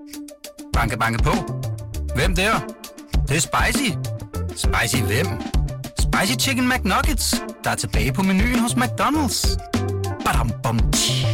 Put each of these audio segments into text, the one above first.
Banke, banke på. Hvem der? Det er spicy. Spicy hvem? Spicy Chicken McNuggets, der er tilbage på menuen hos McDonald's. Badum, bom, tji.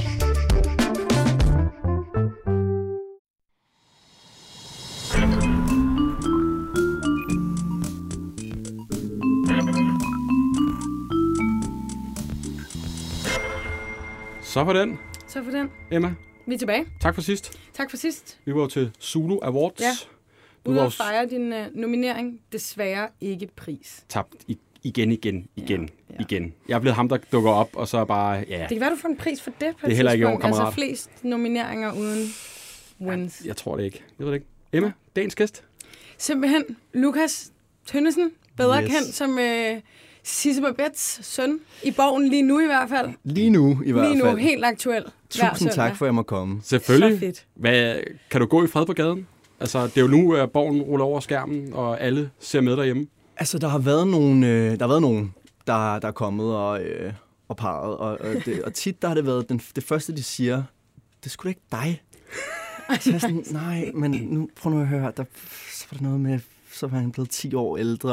Så for den. Emma. Vi er tilbage. Tak for sidst. Tak for sidst. Vi var til Zulu Awards. Ja. Du Ude var at fejre din nominering. Desværre ikke pris. tabt igen. Jeg er blevet ham, der dukker op, og så bare, ja. Det kan være, du får en pris for det på Det er heller ikke i år, tidspunkt. kammerat. Altså flest nomineringer uden wins. Jeg tror det ikke. Jeg ved det ikke. Emma, dagens gæst. Simpelthen Lukas Tønnesen, bedre Yes. kendt som Sisse Babets søn. I Borgen lige nu i hvert fald. Lige nu i hvert fald. Lige nu, helt aktuel. Hver Tusind tak søndag. for, at jeg må komme. Selvfølgelig. Så fedt. Hvad, kan du gå i fred på gaden? Altså, det er jo nu, at Borgen ruller over skærmen, og alle ser med derhjemme. Altså, der har været nogen, der er kommet og parret, og tit der har det været det første, de siger, det er sgu da ikke dig. Så jeg sådan, nej, men nu prøv nu at høre, så var der noget med, så var han blevet 10 år ældre,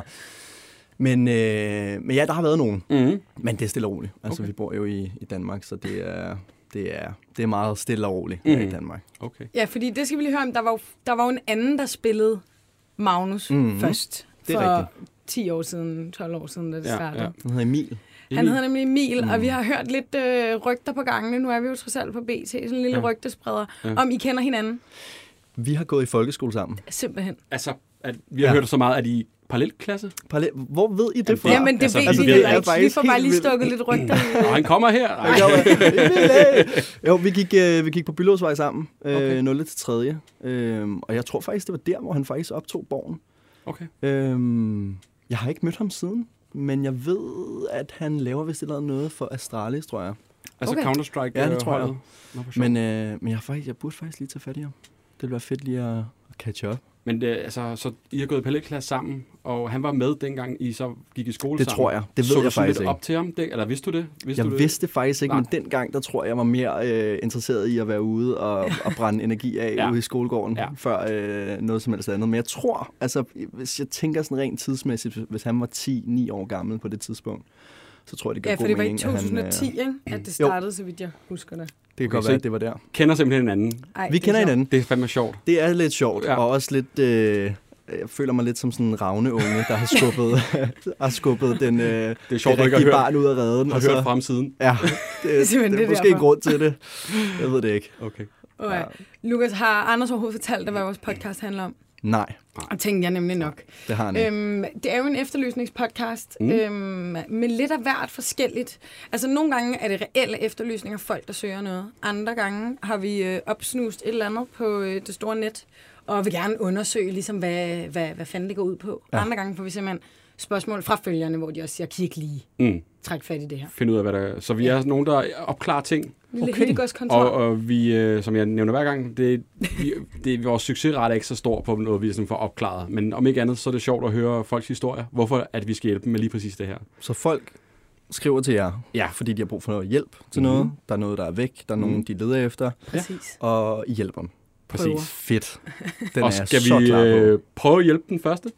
men ja, der har været nogen. Mm-hmm. Men det er stille og roligt. Altså, vi bor jo i Danmark, så det er meget stille og roligt her i Danmark. Okay. Ja, fordi det skal vi lige høre om. Der var jo en anden, der spillede Magnus først. Det er for rigtigt. 10 år siden, 12 år siden, da det startede. Ja. Han hedder Emil. Han hedder nemlig Emil, og vi har hørt lidt rygter på gangene. Nu er vi jo trods alt på BT, sådan en lille rygtespreder, om I kender hinanden. Vi har gået i folkeskole sammen. Simpelthen. Altså, vi har hørt så meget, at I parallelklasse. Hvor ved I det fra? Jamen, det Altså, ved altså, vi det heller er ikke. Vi faktisk får bare helt lige vildt. stukket lidt rygter. Og han kommer her. Jo, vi gik på Bylåsvej sammen, 0. til 3. Og jeg tror faktisk, det var der, hvor han faktisk optog Borgen. Okay. Jeg har ikke mødt ham siden, men jeg ved, at han laver vist noget for Astralis, tror jeg. Altså Okay. Counter-Strike. Ja, det tror jeg. holdet. Nå, hvor sjovt. Men jeg burde faktisk lige tage fat i ham. Det ville være fedt lige at catch up. Men altså, så I har gået i parallelklasse sammen, og han var med dengang I så gik i skole Det sammen. tror jeg. Det ved så jeg du så faktisk lidt ikke. op til ham? Eller vidste du det? Jeg vidste det faktisk ikke, Nej. men dengang, der tror jeg var mere interesseret i at være ude og brænde energi af ude i skolegården, før noget som helst andet. Men jeg tror, altså hvis jeg tænker sådan rent tidsmæssigt, hvis han var 10-9 år gammel på det tidspunkt, så tror jeg, det gør god Ja, for det var i mening, at 2010, ikke? At det startede, så vidt jeg husker det. Det kan godt være, at det var der. Kender simpelthen hinanden. Ej, Vi det er kender sjovt. hinanden. Det er fandme sjovt. Det er lidt sjovt, og også lidt... jeg føler mig lidt som sådan en ravneunge, der har skubbet den Det er sjovt, det du ikke rigtige har barn ud af redden. hørt, hørt fremsiden. Ja, det er simpelthen det er det måske en derfor. grund til det. Jeg ved det ikke. Okay. Okay. Lukas, har Anders overhovedet fortalt dig, hvad vores podcast handler om? Nej, Og tænkte jeg nemlig nok. det har han ikke. Det er jo en efterlysningspodcast med lidt af hvert forskelligt. Altså nogle gange er det reelle efterlysninger, folk der søger noget. Andre gange har vi opsnust et eller andet på det store net, og vil gerne undersøge, ligesom, hvad fanden det går ud på. Ja. Andre gange får vi simpelthen spørgsmål fra følgerne, hvor de også siger, kan I ikke lige trække fat i det her? Finde ud af, hvad der... Så vi er nogen, der opklarer ting. Lille hittegodskontrol. Og vi, som jeg nævner hver gang, vores succesrate er ikke så stor på noget, vi sådan får opklaret. Men om ikke andet, så er det sjovt at høre folks historier. Hvorfor at vi skal hjælpe dem med lige præcis det her. Så folk skriver til jer, fordi de har brug for noget hjælp til noget. Der er noget, der er væk. Der er nogen, de leder efter. Præcis. Og I hjælper dem. Præcis. Fedt. Den Og er jeg skal så vi klar på. prøve at hjælpe den første?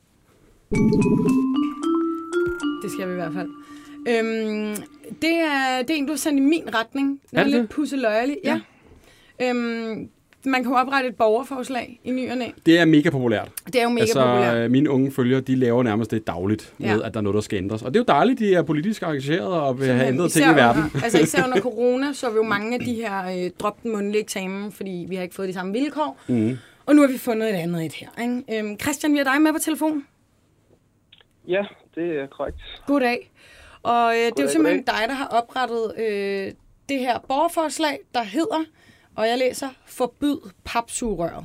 Det skal vi i hvert fald. Det er en, du har sendt i min retning. Den er det lidt det? pusseløjerlig. Ja. Man kan jo oprette et borgerforslag i ny og næ. Det er mega populært. Det er jo mega populært. Mine unge følgere, de laver nærmest det dagligt med, at der er noget, der skal ændres. Og det er jo dejligt, de er politisk engageret og vil have ændret ting i verden. Altså især under corona, så er vi jo mange af de her drop den mundtlige eksamen, fordi vi har ikke fået de samme vilkår. Og nu har vi fundet et andet et her. Ikke? Christian, vi har dig med på telefon. Ja, det er korrekt. Goddag. Og det er jo simpelthen dig, der har oprettet det her borgerforslag, der hedder, og jeg læser, forbyd papsugerøret.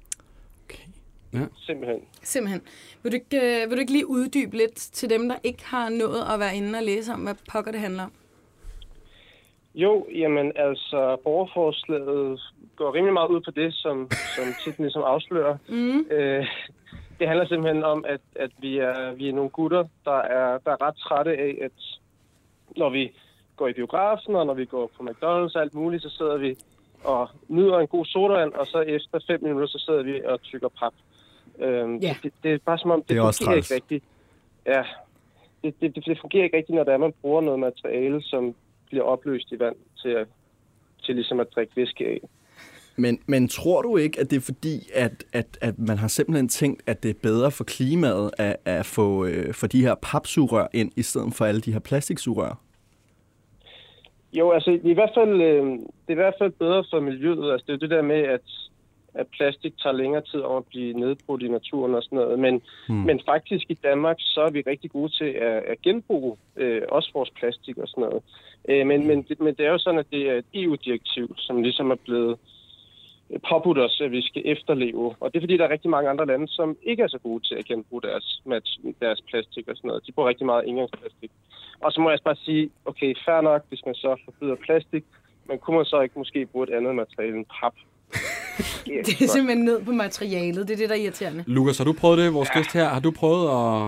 Simpelthen. Vil du ikke lige uddybe lidt til dem, der ikke har nået at være inde og læse om, hvad pokker det handler om? Jo, jamen altså, borgerforslaget går rimelig meget ud på det, som titlen ligesom afslører. Det handler simpelthen om, at vi er nogle gutter, der er ret trætte af, at når vi går i biografen, og når vi går på McDonald's og alt muligt, så sidder vi og nyder en god sodavand, og så efter 5 minutter, så sidder vi og tykker pap. Det er bare som om, det fungerer ikke rigtigt. Ja, det fungerer ikke rigtigt, når man bruger noget materiale, som bliver opløst i vand til ligesom at drikke væske af. Men tror du ikke, at det er fordi, at man har simpelthen tænkt, at det er bedre for klimaet at få de her papsugerør ind, i stedet for alle de her plastiksugerør? Jo, altså det er i hvert fald bedre for miljøet. Altså det er det der med, at plastik tager længere tid om at blive nedbrudt i naturen og sådan noget. Men faktisk i Danmark, så er vi rigtig gode til at genbruge også vores plastik og sådan noget. Men det er jo sådan, at det er et EU-direktiv, som ligesom er blevet påbudt os, at vi skal efterleve. Og det er fordi, der er rigtig mange andre lande, som ikke er så gode til at genbruge deres plastik og sådan noget. De bruger rigtig meget engangsplastik. Og så må jeg bare sige, okay, fair nok, hvis man så forbyder plastik, men kunne man så ikke måske bruge et andet materiale end pap? Det er simpelthen ned på materialet. Det er det, der er irriterende. Lukas, har du prøvet det, vores gæst her? Har du prøvet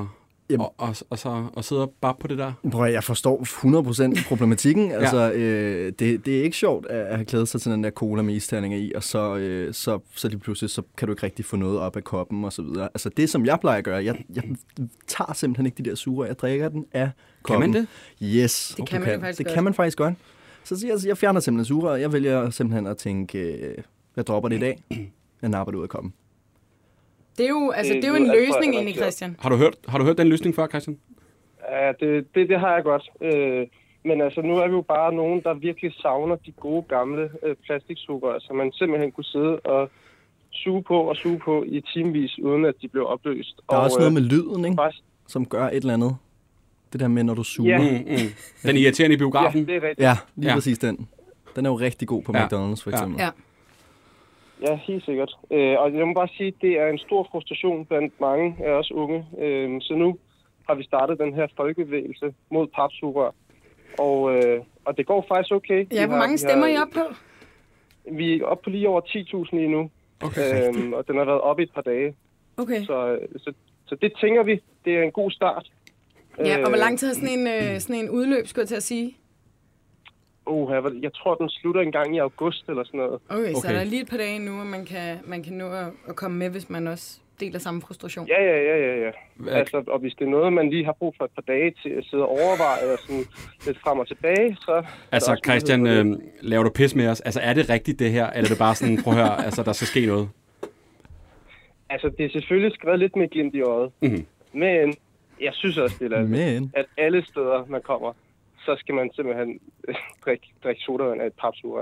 at sidde og bare på det der? Prøv, jeg forstår 100% problematikken. Altså, det er ikke sjovt at have klædet sig til den der cola med isterninger i, og så lige pludselig, så kan du ikke rigtig få noget op af koppen og så videre. Altså, det som jeg plejer at gøre, jeg tager simpelthen ikke de der sure, jeg drikker den af koppen. Kan man det? Yes. Det kan man faktisk godt. Det kan man faktisk godt. Så jeg fjerner simpelthen sure, og jeg vælger simpelthen at tænke, jeg dropper det i dag, jeg napper det ud af koppen. Det er jo en løsning egentlig, Christian. Har du hørt den løsning før, Christian? Ja, det har jeg godt. Men altså, nu er vi jo bare nogen, der virkelig savner de gode gamle plastiksugerør, så man simpelthen kunne sidde og suge på i timevis, uden at de blev opløst. Der er også noget med lyden, ikke? Som gør et eller andet. Det der med, når du suger. Ja. Den irriterende i biografen? Ja, det er rigtigt. Ja, lige præcis den. Den er jo rigtig god på McDonald's, for eksempel. Ja. Ja, helt sikkert. Og jeg må bare sige, at det er en stor frustration blandt mange af os unge. Så nu har vi startet den her folkebevægelse mod papsugerør. Og det går faktisk okay. Ja, hvor mange stemmer er I op på? Vi er oppe på lige over 10.000 lige nu. Okay. Og den har været oppe et par dage. Okay. Så det tænker vi. Det er en god start. Ja, og hvor lang tid har sådan en udløb, skulle jeg til at sige? Jeg tror, den slutter en gang i august eller sådan noget. Okay, så der er lige et par dage nu, og man kan nå at komme med, hvis man også deler samme frustration. Ja. Altså, og hvis det er noget, man lige har brug for et par dage til at sidde og overveje og sådan lidt frem og tilbage, så... Altså, Christian, laver du pis med os? Altså, er det rigtigt det her, eller er det bare sådan, prøv at høre, altså, der skal ske noget? Altså, det er selvfølgelig skrevet lidt med glimt i øjet. Mm-hmm. Men jeg synes også, det er at alle steder, man kommer, så skal man simpelthen drikke sodavand af et papsugerør.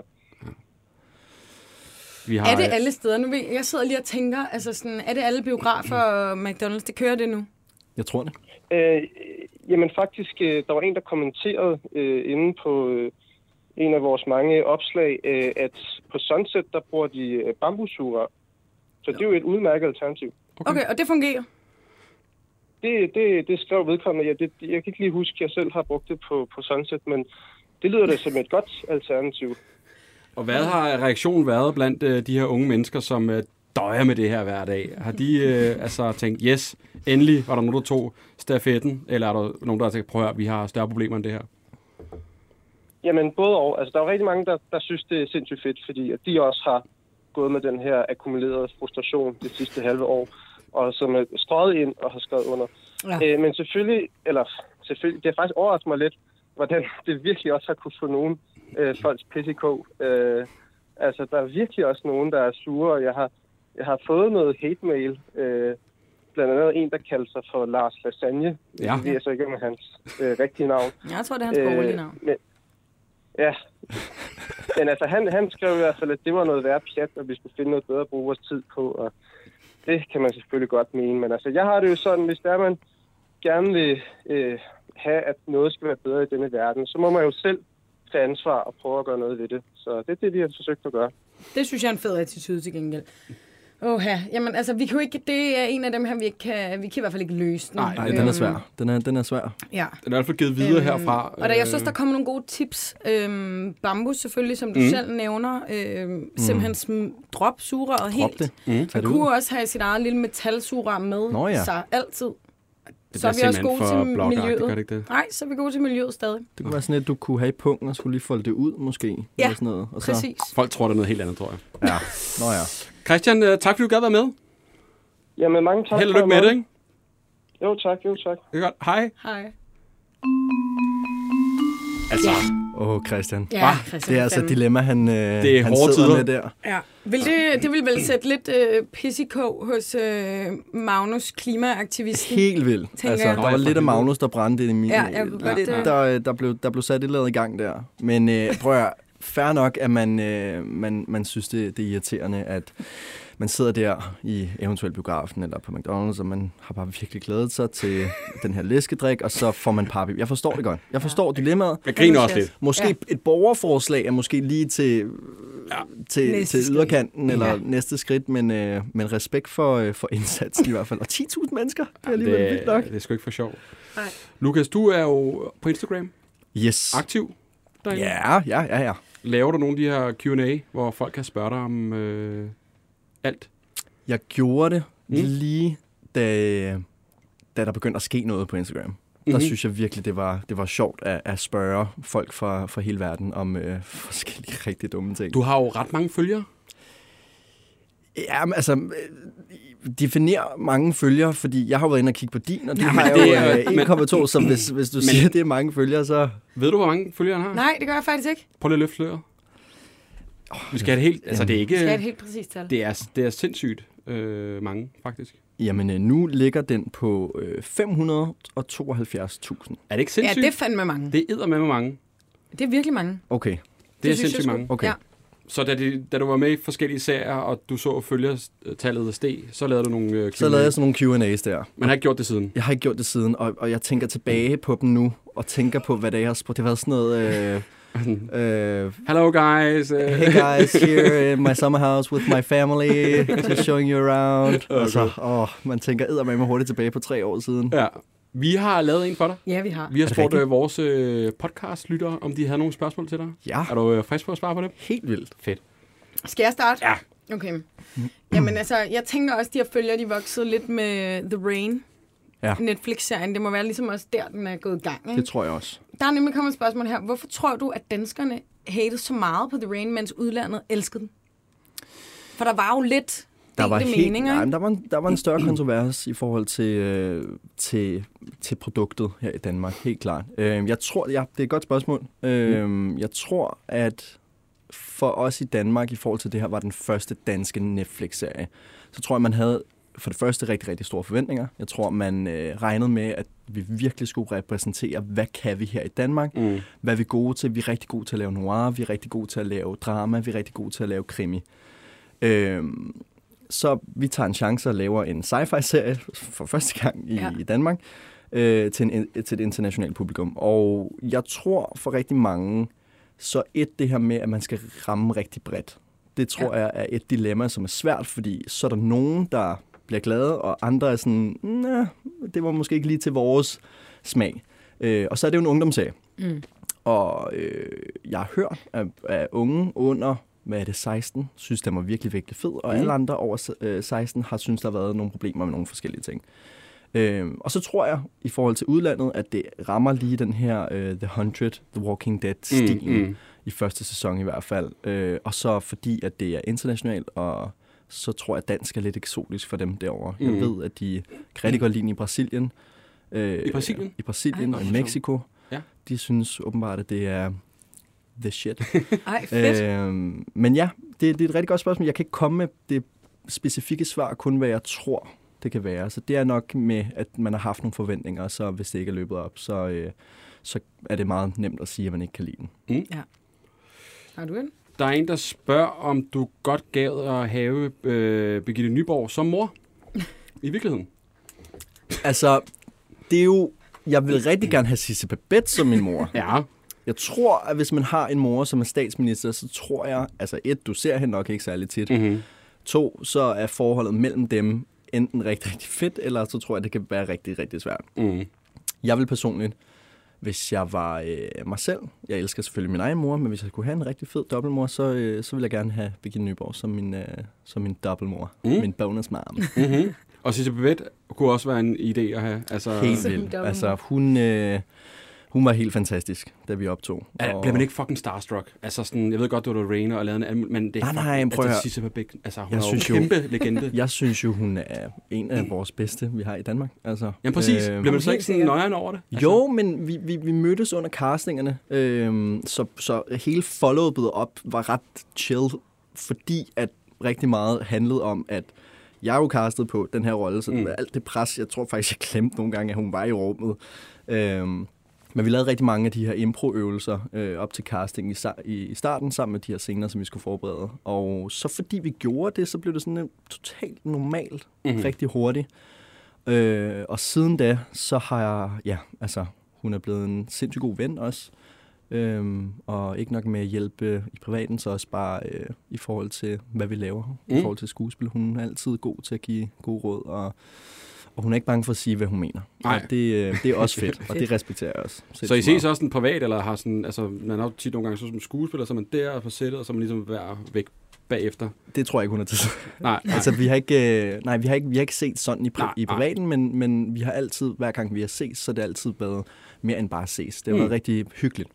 Er det alle steder? Nu jeg sidder lige og tænker, altså sådan, er det alle biografer og McDonald's, det kører det nu? Jeg tror det. Jamen faktisk, der var en, der kommenterede inde på en af vores mange opslag, at på Sunset, der bruger de bambussugerør. Så det er jo et udmærket alternativ. Okay, og det fungerer? Det skrev vedkommende. Jeg kan ikke lige huske, at jeg selv har brugt det på Sunset, men det lyder da som et godt alternativ. Og hvad har reaktionen været blandt de her unge mennesker, som døjer med det her hver dag? Har de tænkt, yes, endelig var der nogen, der tog stafetten, eller er der nogen, der har tænkt, prøv at høre, vi har større problemer end det her? Jamen, både og. Altså, der er jo rigtig mange, der synes, det er sindssygt fedt, fordi at de også har gået med den her akkumulerede frustration det sidste halve år, og som er strøget ind og har skrevet under. Ja. Men selvfølgelig, det har faktisk overrasket mig lidt, hvordan det virkelig også har kunne få nogen folks PCK. Altså, der er virkelig også nogen, der er sure, og jeg har fået noget hate-mail, blandt andet en, der kalder sig for Lars Lasagne. Ja. Det er så ikke med hans rigtige navn. Jeg tror, det er hans borgerlige navn. Men altså, han skrev i hvert fald, at det var noget værre pjat, og vi skulle finde noget bedre at bruge vores tid på, og det kan man selvfølgelig godt mene. Men altså, jeg har det jo sådan, hvis der man gerne vil have, at noget skal være bedre i denne verden, så må man jo selv tage ansvar og prøve at gøre noget ved det. Så det er det, vi har forsøgt at gøre. Det synes jeg er en fed attitude til gengæld. Jamen altså, vi kan jo ikke, det er en af dem her, vi kan i hvert fald ikke løse den. Nej, den er svær. Den er svær. Ja. Den er i hvert fald givet videre herfra. Og jeg synes, der kommer nogle gode tips. Bambus selvfølgelig, som du selv nævner. Simpelthen drop sugerøret helt. Det. Man kunne også have sit eget lille metalsugerør med sig altid. Så er vi også gode til miljøet. Gør det ikke det? Nej, så er vi gode til miljøet stadig. Det kunne være sådan et, du kunne have i pungen og skulle lige folde det ud, måske. Ja, eller sådan noget. Og så... præcis. Folk tror, det er noget helt andet, tror jeg. Ja, nå ja. Christian, tak fordi du gad være med. Jamen, mange tak. Held og lykke med det, ikke? Jo, tak. Det er godt. Hej. Hej. Altså, Christian. Ja, Christian. Det er altså et dilemma, han det er han hårde sidder tider. med der. Ja. Det vil vel sætte lidt pis i kog hos Magnus, klimaaktivisten. Helt vildt. Altså, der var lidt af Magnus, der brændte i min. Ja, jeg kunne godt Der blev sat et eller andet i gang der. Men prøv at fair nok, at man synes, det er irriterende, at man sidder der i eventuelt biografen eller på McDonald's, og man har bare virkelig glædet sig til den her læskedrik, og så får man papi. Jeg forstår det godt. Jeg forstår dilemmaet. Jeg griner også lidt. Måske et borgerforslag er måske lige til yderkanten eller næste skridt, men respekt for indsatsen i hvert fald. Og 10.000 mennesker, det er alligevel vildt nok. Det er sgu ikke for sjov. Nej. Lukas, du er jo på Instagram. Yes. Aktiv derinde. Ja. Laver du nogle af de her Q&A, hvor folk kan spørge dig om alt? Jeg gjorde det lige, da der begyndte at ske noget på Instagram. Der synes jeg virkelig, det var sjovt at spørge folk fra hele verden om forskellige rigtig dumme ting. Du har jo ret mange følgere. Ja, men altså, definer mange følgere, fordi jeg har været inde og kigge på din, og du har jo 1,2, så hvis du siger, det er mange følgere, så... Ved du, hvor mange følgere han har? Nej, det gør jeg faktisk ikke. Prøv lige at løfte sløret. Vi skal have det helt... Altså, det er ikke... Vi skal have et helt præcist tal. Det er sindssygt mange, faktisk. Jamen, nu ligger den på 572.000. Er det ikke sindssygt? Ja, det er fandme mange. Det er eddermame mange. Det er virkelig mange. Okay. Det er sindssygt mange. Okay. Ja. Så da du var med i forskellige serier, og du så følgertallet steg, så lavede du nogle Så lavede jeg sådan nogle Q&A's der. Man har ikke gjort det siden? Jeg har ikke gjort det siden, og jeg tænker tilbage på dem nu, og tænker på, hvad det er, jeg har spurgt. Det har været sådan noget... Hello guys. Hey guys, here in my summer house with my family, just showing you around. Okay. Og så, man tænker eddermame hurtigt tilbage på 3 år siden. Ja. Vi har lavet en for dig. Ja, vi har. Vi har spurgt vores podcast-lyttere, om de havde nogle spørgsmål til dig. Ja. Er du frisk på at svare på det? Helt vildt. Fedt. Skal jeg starte? Ja. Okay. Jamen altså, jeg tænker også, de her følgere, de voksede lidt med The Rain. Ja. Netflix-serien. Det må være ligesom også der, den er gået i gang, ikke? Det tror jeg også. Der er nemlig kommet et spørgsmål her. Hvorfor tror du, at danskerne hatede så meget på The Rain, mens udlandet elskede den? For der var jo lidt meninger. Nej, der var en større kontrovers i forhold til produktet her i Danmark, helt klart. Jeg tror, det er et godt spørgsmål. Jeg tror, at for os i Danmark, i forhold til det her, var den første danske Netflix-serie. Så tror jeg, man havde for det første rigtig, rigtig store forventninger. Jeg tror, man regnede med, at vi virkelig skulle repræsentere, hvad kan vi her i Danmark? Hvad er vi gode til? Vi er rigtig gode til at lave noir, vi er rigtig gode til at lave drama, vi er rigtig gode til at lave krimi. Så vi tager en chance og laver en sci-fi-serie for første gang i Danmark til et internationalt publikum. Og jeg tror for rigtig mange, så det her med, at man skal ramme rigtig bredt, det tror jeg er et dilemma, som er svært, fordi så er der nogen, der bliver glade, og andre er sådan, det var måske ikke lige til vores smag. Og så er det jo en ungdomsserie. Og jeg har hørt, at unge under, 16, synes, den var virkelig, virkelig fed, og alle andre over 16 har synes, der har været nogle problemer med nogle forskellige ting. Og så tror jeg, i forhold til udlandet, at det rammer lige den her The 100, The Walking Dead-stilen i første sæson i hvert fald. Og så fordi, at det er internationalt, og så tror jeg, at dansk er lidt eksotisk for dem derovre. Jeg ved, at de kan rigtig godt lide i Brasilien. I Brasilien? I Brasilien og i Mexico. Ja. De synes åbenbart, at det er the shit. Ej, fedt. Men ja, det er et rigtig godt spørgsmål. Jeg kan ikke komme med det specifikke svar, kun hvad jeg tror, det kan være. Så det er nok med, at man har haft nogle forventninger, så hvis det ikke er løbet op, så er det meget nemt at sige, at man ikke kan lide den. Ja. Har du en? Der er en, der spørger, om du godt gad at have Birgitte Nyborg som mor i virkeligheden. Altså, det er jo... Jeg vil rigtig gerne have Sisse Babett som min mor. Ja. Jeg tror, at hvis man har en mor, som er statsminister, så tror jeg... Altså, du ser hende nok ikke særlig tit. 2, så er forholdet mellem dem enten rigtig, rigtig fedt, eller så tror jeg, det kan være rigtig, rigtig svært. Jeg vil personligt, hvis jeg var mig selv, jeg elsker selvfølgelig min egen mor, men hvis jeg kunne have en rigtig fed dobbeltmor, så vil jeg gerne have Birgitte Nyborg som min dobbeltmor. Min bonus mom. Og Sisse Babette kunne også være en idé at have. Altså, Helt vildt. Altså, hun var helt fantastisk, da vi optog. Blev man ikke fucking starstruck? Altså sådan, jeg ved godt, du var Rainer og lavede en men det er nej, prøv at høre. Sisse Babette, altså hun er jo en kæmpe legende. Jeg synes jo, hun er en af vores bedste, vi har i Danmark. Altså, ja, præcis. Bliver man så ikke sådan nøjeren over det? Altså? Jo, men vi mødtes under castingerne, så hele follow-up'et op var ret chill, fordi at rigtig meget handlede om, at jeg er jo castet på den her rolle, så det var alt det pres, jeg tror faktisk, jeg glemte nogle gange, at hun var i rummet. Men vi lavede rigtig mange af de her improøvelser op til casting i starten, sammen med de her scener, som vi skulle forberede. Og så fordi vi gjorde det, så blev det sådan totalt normalt, rigtig hurtigt. Og siden da, så har jeg, hun er blevet en sindssygt god ven også. Og ikke nok med at hjælpe i privaten, så også bare i forhold til, hvad vi laver, i forhold til skuespil. Hun er altid god til at give gode råd, og hun er ikke bange for at sige, hvad hun mener. Og det er også fedt, og det respekterer jeg også. Så I ses også sådan privat, eller har sådan, altså man har jo tit nogle gange så som skuespiller, så er man der på sættet, og så er man ligesom væk bagefter? Det tror jeg ikke, hun er til. Nej. Altså vi har ikke set sådan i privaten, men vi har altid, hver gang vi har ses, så er det altid været mere end bare ses. Det har været rigtig hyggeligt.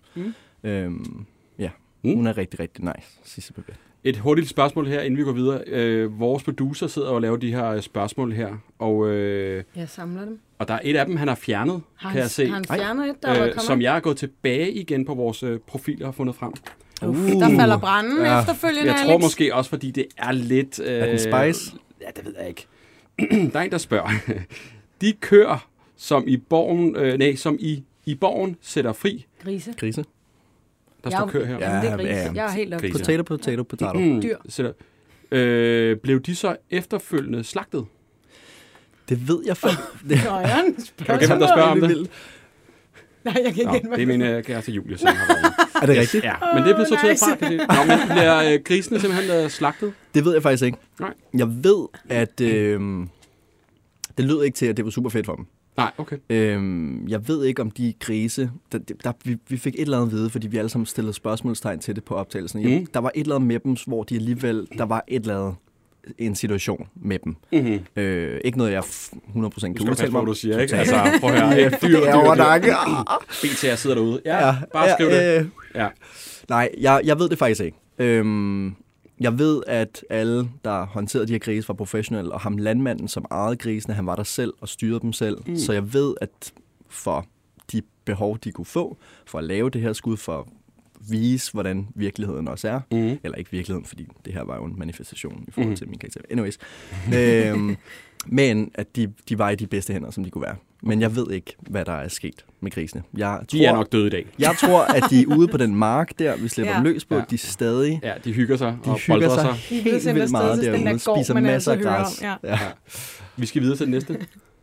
Hun er rigtig, rigtig nice, Sisse Babette. Et hurtigt spørgsmål her, inden vi går videre. Vores producer sidder og laver de her spørgsmål her, og jeg samler dem. Og der er et af dem, han har fjernet, kan jeg se. Har han fjernet et, der var kommet? Som jeg er gået tilbage igen på vores profiler og fundet frem. Der falder branden efterfølgende, Jeg tror måske også, fordi det er lidt... er den spice? Ja, det ved jeg ikke. Der er en, der spørger. De køer, som i borgen, i borgen sætter fri. Grise. Der står køer her. Ja, det er grise. Jeg er helt oppe. Potato. Dyr. Blev de så efterfølgende slagtet? Det ved jeg for. Kan du gætte, der spørger om det? Nej, jeg kan ikke. Det er min kæreste Julie, som har været. Er det rigtigt? Ja, men det er blevet sorteret fra, kan jeg sige. Men bliver grisene simpelthen slagtet? Det ved jeg faktisk ikke. Nej. Jeg ved, at det lød ikke til, at det var super fedt for dem. Nej, okay. Jeg ved ikke, om de grise... Vi fik et eller andet at vide, fordi vi alle sammen stillede spørgsmålstegn til det på optagelsen. Der var et eller andet med dem, hvor de alligevel... Der var et eller andet en situation med dem. Ikke noget, jeg 100% kan udtale mig om. Du siger, ikke? Altså, prøv at høre. Det er over nakke. BTR sidder derude. Ja, bare skriv det. Ja. Nej, jeg ved det faktisk ikke. Jeg ved, at alle, der håndterede de her grise, var professionelle, og ham landmanden, som ejede grisene, han var der selv og styrede dem selv. Så jeg ved, at for de behov, de kunne få, for at lave det her skud, for at vise, hvordan virkeligheden også er. Eller ikke virkeligheden, fordi det her var jo en manifestation i forhold til min karakter. Anyways. Men at de var i de bedste hænder, som de kunne være. Men jeg ved ikke, hvad der er sket med grisene. De er nok døde i dag. Jeg tror, at de er ude på den mark der, vi slipper dem løs på. De stadig... Ja, de hygger sig og bolder sig. Helt vildt meget derude. Spiser masser af græs. Ja. Vi skal videre til det næste.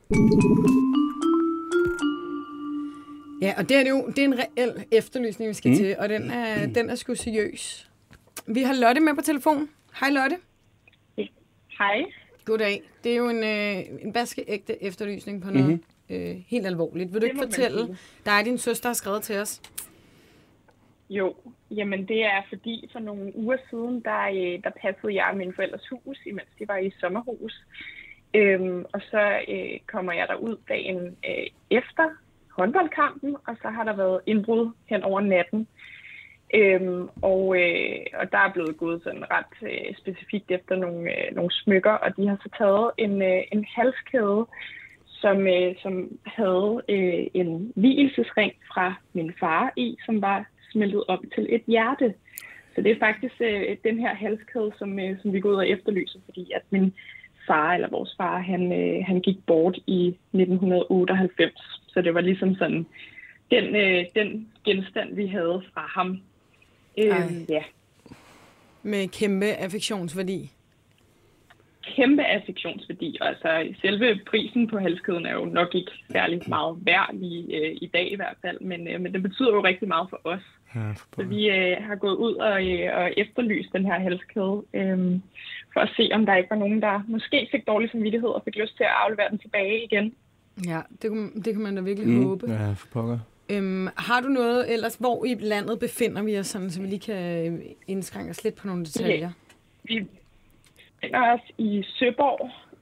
Ja, og det er en reel efterlysning, vi skal til, og den er sgu seriøs. Vi har Lotte med på telefon. Hej Lotte. Hej. Goddag. Det er jo en vaskeægte efterlysning på noget helt alvorligt. Vil du ikke fortælle, dig og din søster har skrevet til os? Jo, jamen det er fordi for nogle uger siden, der passede jeg min forældres hus, imens de var i sommerhus. Og så kommer jeg derud dagen efter håndboldkampen, og så har der været indbrud hen over natten. Og der er blevet gået sådan ret specifikt efter nogle smykker, og de har så taget en halskæde, som havde en vielsesring fra min far i, som var smeltet om til et hjerte. Så det er faktisk den her halskæde, som vi går ud og efterlyser, fordi at min far, eller vores far, han gik bort i 1998. Så det var ligesom sådan den genstand, vi havde fra ham. Ja. Med kæmpe affektionsværdi. Kæmpe affektionsværdi. Altså selve prisen på halskæden er jo nok ikke særlig meget værd i dag i hvert fald, men det betyder jo rigtig meget for os. Ja, så vi har gået ud og efterlyst den her halskæde, for at se, om der ikke var nogen, der måske fik dårlig samvittighed og fik lyst til at aflevere den tilbage igen. Ja, det kan man da virkelig håbe. Ja, for pokker. Har du noget ellers, hvor i landet befinder vi os, sådan, så vi lige kan indskrænke os lidt på nogle detaljer? Vi befinder os i Søborg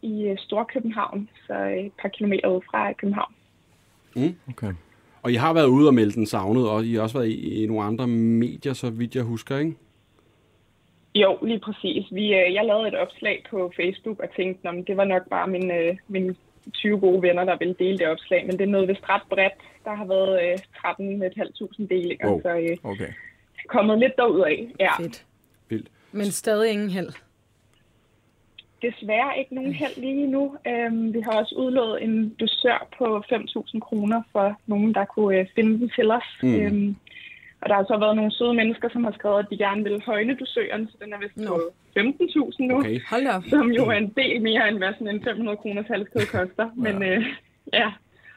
i Storkøbenhavn, så et par kilometer ud fra København. Okay. Og I har været ude og melde den savnet, og I har også været i nogle andre medier, så vidt jeg husker, ikke? Jo, lige præcis. Jeg lavede et opslag på Facebook og tænkte, at det var nok bare mine 20 gode venner, der ville dele det opslag, men det er noget vist ret bredt. Der har været 13.500 delinger, wow. så Okay. kommet lidt derudad. Ja. Fedt. Vildt. Men stadig ingen held. Desværre ikke nogen held lige nu. Vi har også udlået en dusør på 5.000 kroner for nogen, der kunne finde den til os. Og der har så været nogle søde mennesker, som har skrevet, at de gerne vil højne dusøren, så den er vist på 15.000 nu. Okay. Hold da op. Som jo er en del mere, end hvad sådan en 500 kroners halskæde koster. Men ja.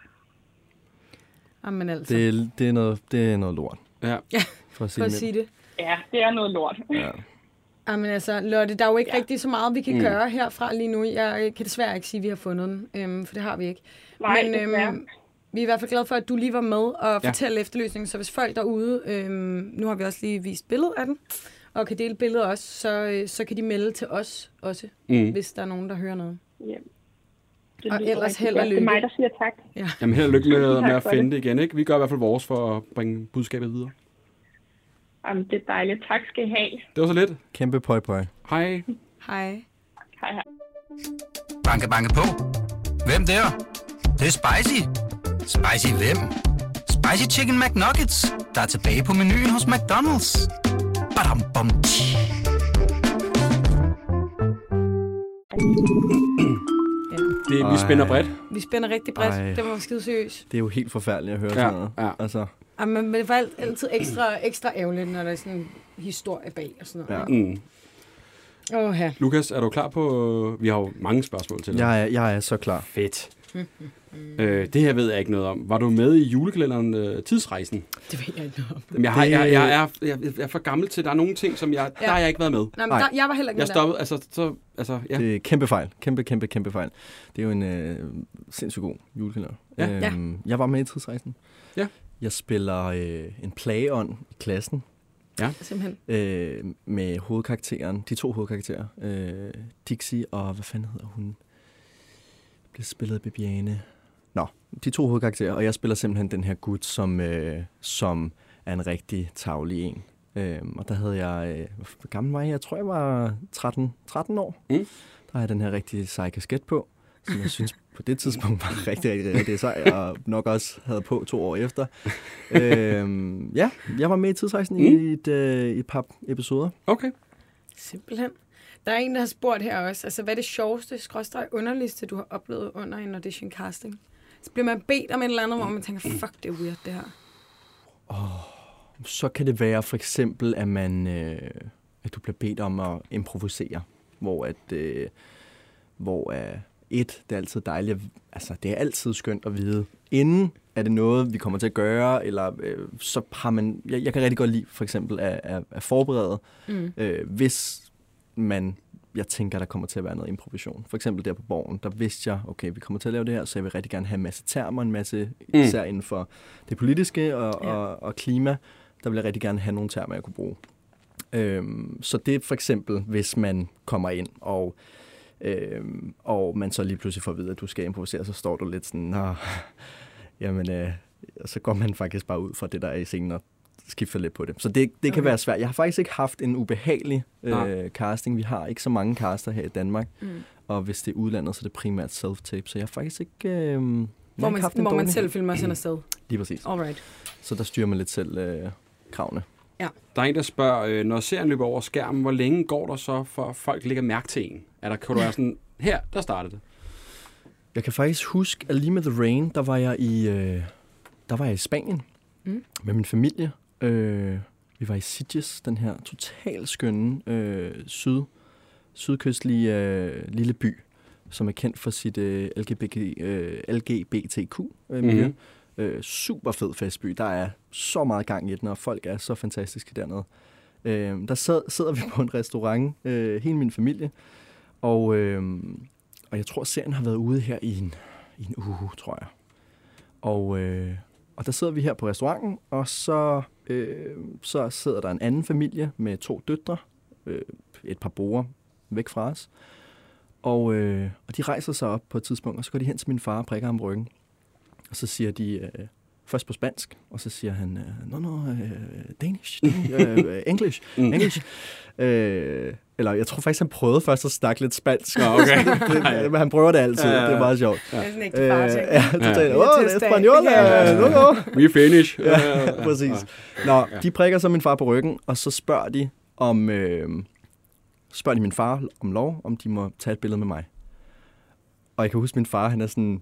Jamen altså. Det er noget lort. Ja. For at sige det. Ja, det er noget lort. Ja. Jamen altså, Lotte, der er jo ikke rigtig så meget, vi kan gøre herfra lige nu. Jeg kan desværre ikke sige, at vi har fundet den, for det har vi ikke. Nej, Men vi er i hvert fald glade for, at du lige var med og fortælle efterløsningen. Så hvis folk derude, nu har vi også lige vist billedet af den, og kan dele billedet også, så kan de melde til os også, hvis der er nogen, der hører noget. Ja. Og ellers held og lykke. Det er mig, der siger tak. Ja. Jamen held og lykke med at for finde det igen, ikke? Vi gør i hvert fald vores for at bringe budskabet videre. Jamen, det er dejligt. Tak skal I have. Det var så lidt. Kæmpe pøj. Hej. Hej. Hej. Banke, banke på. Hvem der? Det er spicy. Spicy hvem? Spicy Chicken McNuggets, der er tilbage på menuen hos McDonald's. Badum, bom, Vi spænder bredt. Vi spænder rigtig bredt. Ej. Det var skide seriøst. Det er jo helt forfærdeligt at høre sådan noget. Ja. Altså, Men det var altid ekstra ærgerligt, når der er sådan en historie bag og sådan noget. ja. Lukas, er du klar på... Vi har jo mange spørgsmål til dig. Jeg er så klar. Fedt. Det her ved jeg ikke noget om. Var du med i julekalenderen Tidsrejsen? Det ved jeg ikke noget om. Jamen, jeg er for gammel til, der er nogle ting, som der har jeg ikke været med. Nej, men jeg var heller ikke Jeg stoppede, ja. Det er kæmpe fejl. Kæmpe fejl. Det er jo en sindssygt god julekalender. Ja. Jeg var med i Tidsrejsen. Ja. Jeg spiller en plageånd i klassen. Ja. Simpelthen. Med hovedkarakteren, de to hovedkarakterer. Dixie og, hvad fanden hedder hun? Bliver spillet af Bibiane. De to hovedkarakterer, og jeg spiller simpelthen den her gut, som er en rigtig tarvelig en. Og der havde jeg, hvor gammel var jeg? Jeg tror, jeg var 13 år. Der havde jeg den her rigtig seje kasket på, som jeg synes på det tidspunkt var rigtig sej, og nok også havde på 2 år efter. Jeg var med i Tidsrejsen i et par episoder. Okay. Simpelthen. Der er en, der har spurgt her også, altså hvad er det sjoveste, underligste, du har oplevet under en audition casting? Så bliver man bedt om et eller andet, hvor man tænker, fuck, det er weird, det her. Så kan det være for eksempel, at du bliver bedt om at improvisere, hvor det er altid dejligt, altså det er altid skønt at vide, inden er det noget, vi kommer til at gøre, eller så har man, jeg kan rigtig godt lide for eksempel at forberede, hvis jeg tænker, der kommer til at være noget improvisation. For eksempel der på Borgen, der vidste jeg, okay, vi kommer til at lave det her, så jeg vil rigtig gerne have en masse termer, en masse, især inden for det politiske og klima, der vil jeg rigtig gerne have nogle termer, jeg kunne bruge. Så det er for eksempel, hvis man kommer ind, og man så lige pludselig får at vide, at du skal improvisere, så står du lidt sådan, så går man faktisk bare ud fra det, der er i scenen, og skifter lidt på det. Så det kan være svært. Jeg har faktisk ikke haft en ubehagelig casting. Vi har ikke så mange caster her i Danmark. Og hvis det er udlandet, så er det primært self-tape. Så jeg har faktisk ikke hvor man selv filmer sådan afsted. Lige præcis. Alright. Så der styrer man lidt selv kravene. Ja. Der er en, der spørger, når serien løber over skærmen, hvor længe går der så, for folk lægger mærke til en? Kan du være sådan, her, der startede det? Jeg kan faktisk huske, at lige med The Rain, der var jeg i Spanien med min familie. Vi var i Sitges, den her totalt skønne sydkystlige lille by, som er kendt for sit LGBTQ-miljø. Super fed festby. Der er så meget gang i den, og folk er så fantastiske dernede. Der sidder vi på en restaurant, hele min familie, og jeg tror, serien har været ude her i en uge, tror jeg. Og der sidder vi her på restauranten, og så sidder der en anden familie med 2 døtre, et par borde væk fra os. Og de rejser sig op på et tidspunkt, og så går de hen til min far og prikker ham på ryggen. Og så siger de først på spansk, og så siger han, Danish, English. Eller jeg tror faktisk, han prøvede først at snakke lidt spansk. Okay. Men han prøver det altid, det er meget sjovt. Det er sådan ikke farting. Ja, totalt. Espanol, We finish. Ja, præcis. Nå, de prikker så min far på ryggen, og så spørger de min far om lov, om de må tage et billede med mig. Og jeg kan huske, min far, han er sådan...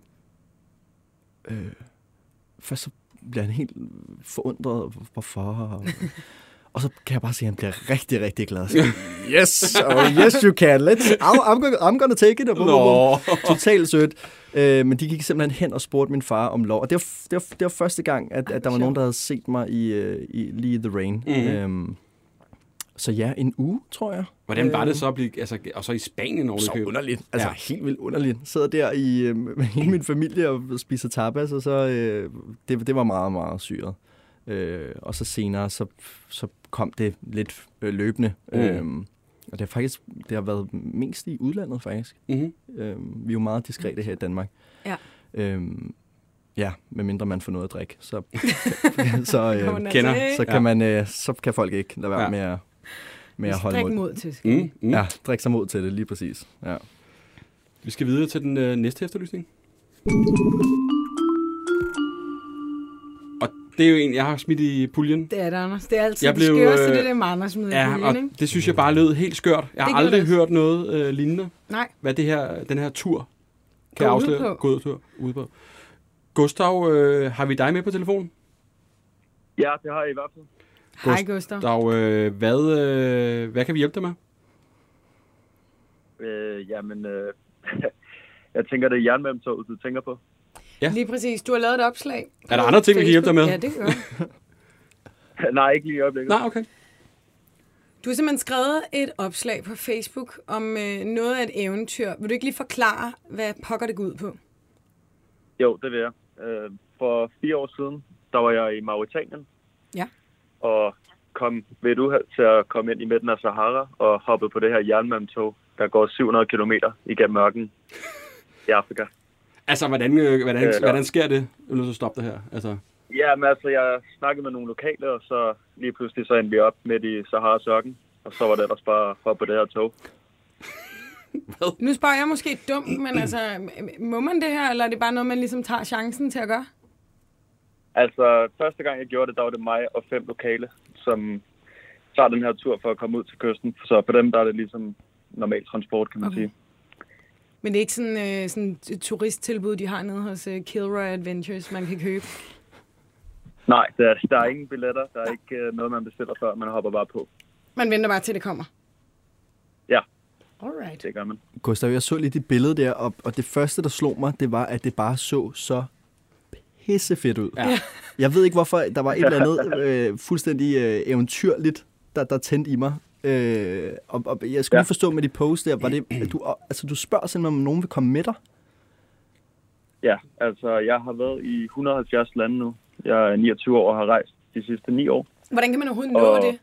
først så bliver han helt forundret, hvorfor... Og så kan jeg bare se, at han bliver rigtig, rigtig glad. Så, yes, yes you can. I'm gonna take it. Totalt sødt. Men de gik simpelthen hen og spurgte min far om lov. Og det var første gang, at der var nogen, der havde set mig i lige The Rain. Mm-hmm. Så ja, en uge, tror jeg. Hvordan var det så at blive, og så i Spanien over det køb? Så underligt. Altså helt vildt underligt. Sidder der med hele min familie og spiser tapas, og så det var meget, meget syret. Og så senere, så kom det lidt løbende. Og det har været mest i udlandet, faktisk. Mm-hmm. Vi er jo meget diskrete her i Danmark. Ja. Ja, medmindre man får noget at drikke. Så kan folk ikke lade være med at holde mod til. Ja, drikke sig mod til det, lige præcis. Ja. Vi skal videre til den næste efterlysning. Og det er jo en, jeg har smidt i puljen. Det er det, Anders. Det er altid det skørste, det er med Anders smidt i puljen, ikke? Det synes jeg bare lød helt skørt. Jeg har aldrig hørt noget lignende. Nej. Hvad den her tur kan afsløre. Gå ud på. Gustav, har vi dig med på telefonen? Ja, det har jeg i hvert fald. Hej, Gustav. Hvad kan vi hjælpe dig med? Jeg tænker, det er jernbanetoget, du tænker på. Ja. Lige præcis. Du har lavet et opslag. Er der andre ting, vi kan hjælpe dig med? Ja, det gør Nej, ikke lige i øjeblikket. Nej, okay. Du har simpelthen skrevet et opslag på Facebook om noget af et eventyr. Vil du ikke lige forklare, hvad pokker det går ud på? Jo, det vil jeg. For 4 år siden, der var jeg i Mauretanien. Ja. Og kom ved et uheld til at komme ind i midten af Sahara og hoppe på det her jernbanetog, der går 700 kilometer igennem ørkenen i Afrika. Altså, hvordan sker det? Jeg er nødt til at stoppe det her. Altså. Ja, men altså, jeg snakkede med nogle lokale, og så lige pludselig så endte vi op midt i Saharas ørken, og så var det ellers bare hoppe på det her tog. Nu spørger jeg måske dumt, men altså, må man det her, eller er det bare noget, man ligesom tager chancen til at gøre? Altså, første gang jeg gjorde det, der var det mig og 5 lokale, som tager den her tur for at komme ud til kysten. Så for dem, der er det ligesom normal transport, kan man sige. Men det er ikke sådan et turisttilbud, de har nede hos Kilroy Adventures, man kan købe? Nej, der er ingen billetter. Der er ikke noget, man bestiller før. Man hopper bare på. Man venter bare til, det kommer? Ja. Alright. Det gør man. Gustav, jeg så lige dit billede der, og det første, der slog mig, det var, at det bare så pissefedt ud. Ja. Jeg ved ikke, hvorfor der var et eller andet fuldstændig eventyrligt, der tændte i mig. Og jeg skulle lige forstå med de post der, var det, du spørger simpelthen, om nogen vil komme med dig? Ja, altså jeg har været i 170 lande nu. Jeg er 29 år og har rejst de sidste 9 år. Hvordan kan man overhovedet nå det?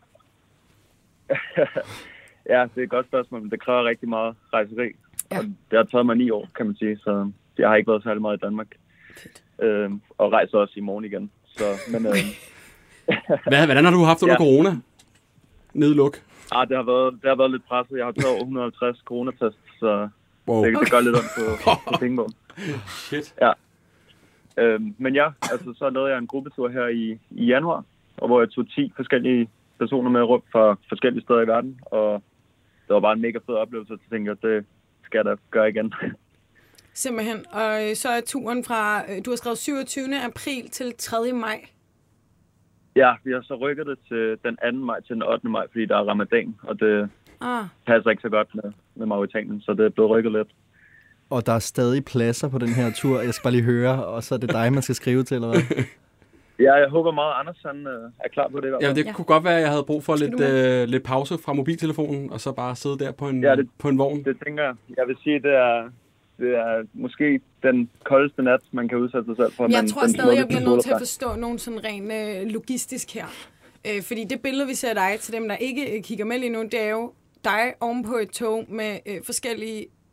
Ja, det er et godt spørgsmål, men det kræver rigtig meget rejseri. Ja. Og det har taget mig 9 år, kan man sige, så jeg har ikke været særlig meget i Danmark. Og rejser også i morgen igen. Så, men, Hvordan har du haft under corona? Nedluk? Det har været lidt presset. Jeg har taget over 150 coronatest, så det gør lidt ondt på pengebogen. Shit. Ja. Men ja, altså så lavede jeg en gruppetur her i januar, og hvor jeg tog 10 forskellige personer med rundt fra forskellige steder i verden, og det var bare en mega fed oplevelse, så jeg tænkte, at det skal jeg da gøre igen. Simpelthen. Og så er turen fra, du har skrevet 27. april til 3. maj. Ja, vi har så rykket det til den 2. maj til den 8. maj, fordi der er ramadan, og det passer ikke så godt med Mauretanien, så det er blevet rykket lidt. Og der er stadig pladser på den her tur, jeg skal bare lige høre, og så er det dig, man skal skrive til, eller hvad? Ja, jeg håber meget, Anders han er klar på det. Ja, det kunne godt være, at jeg havde brug for lidt pause fra mobiltelefonen, og så bare sidde der på en vogn. Det tænker jeg. Jeg vil sige, det er måske den koldeste nat, man kan udsætte sig selv for. Jeg tror stadig, jeg bliver nødt til at forstå nogen sådan ren logistisk her. Fordi det billede, vi ser dig, til dem, der ikke kigger med lige nu, det er jo dig oven på et tog med forskellige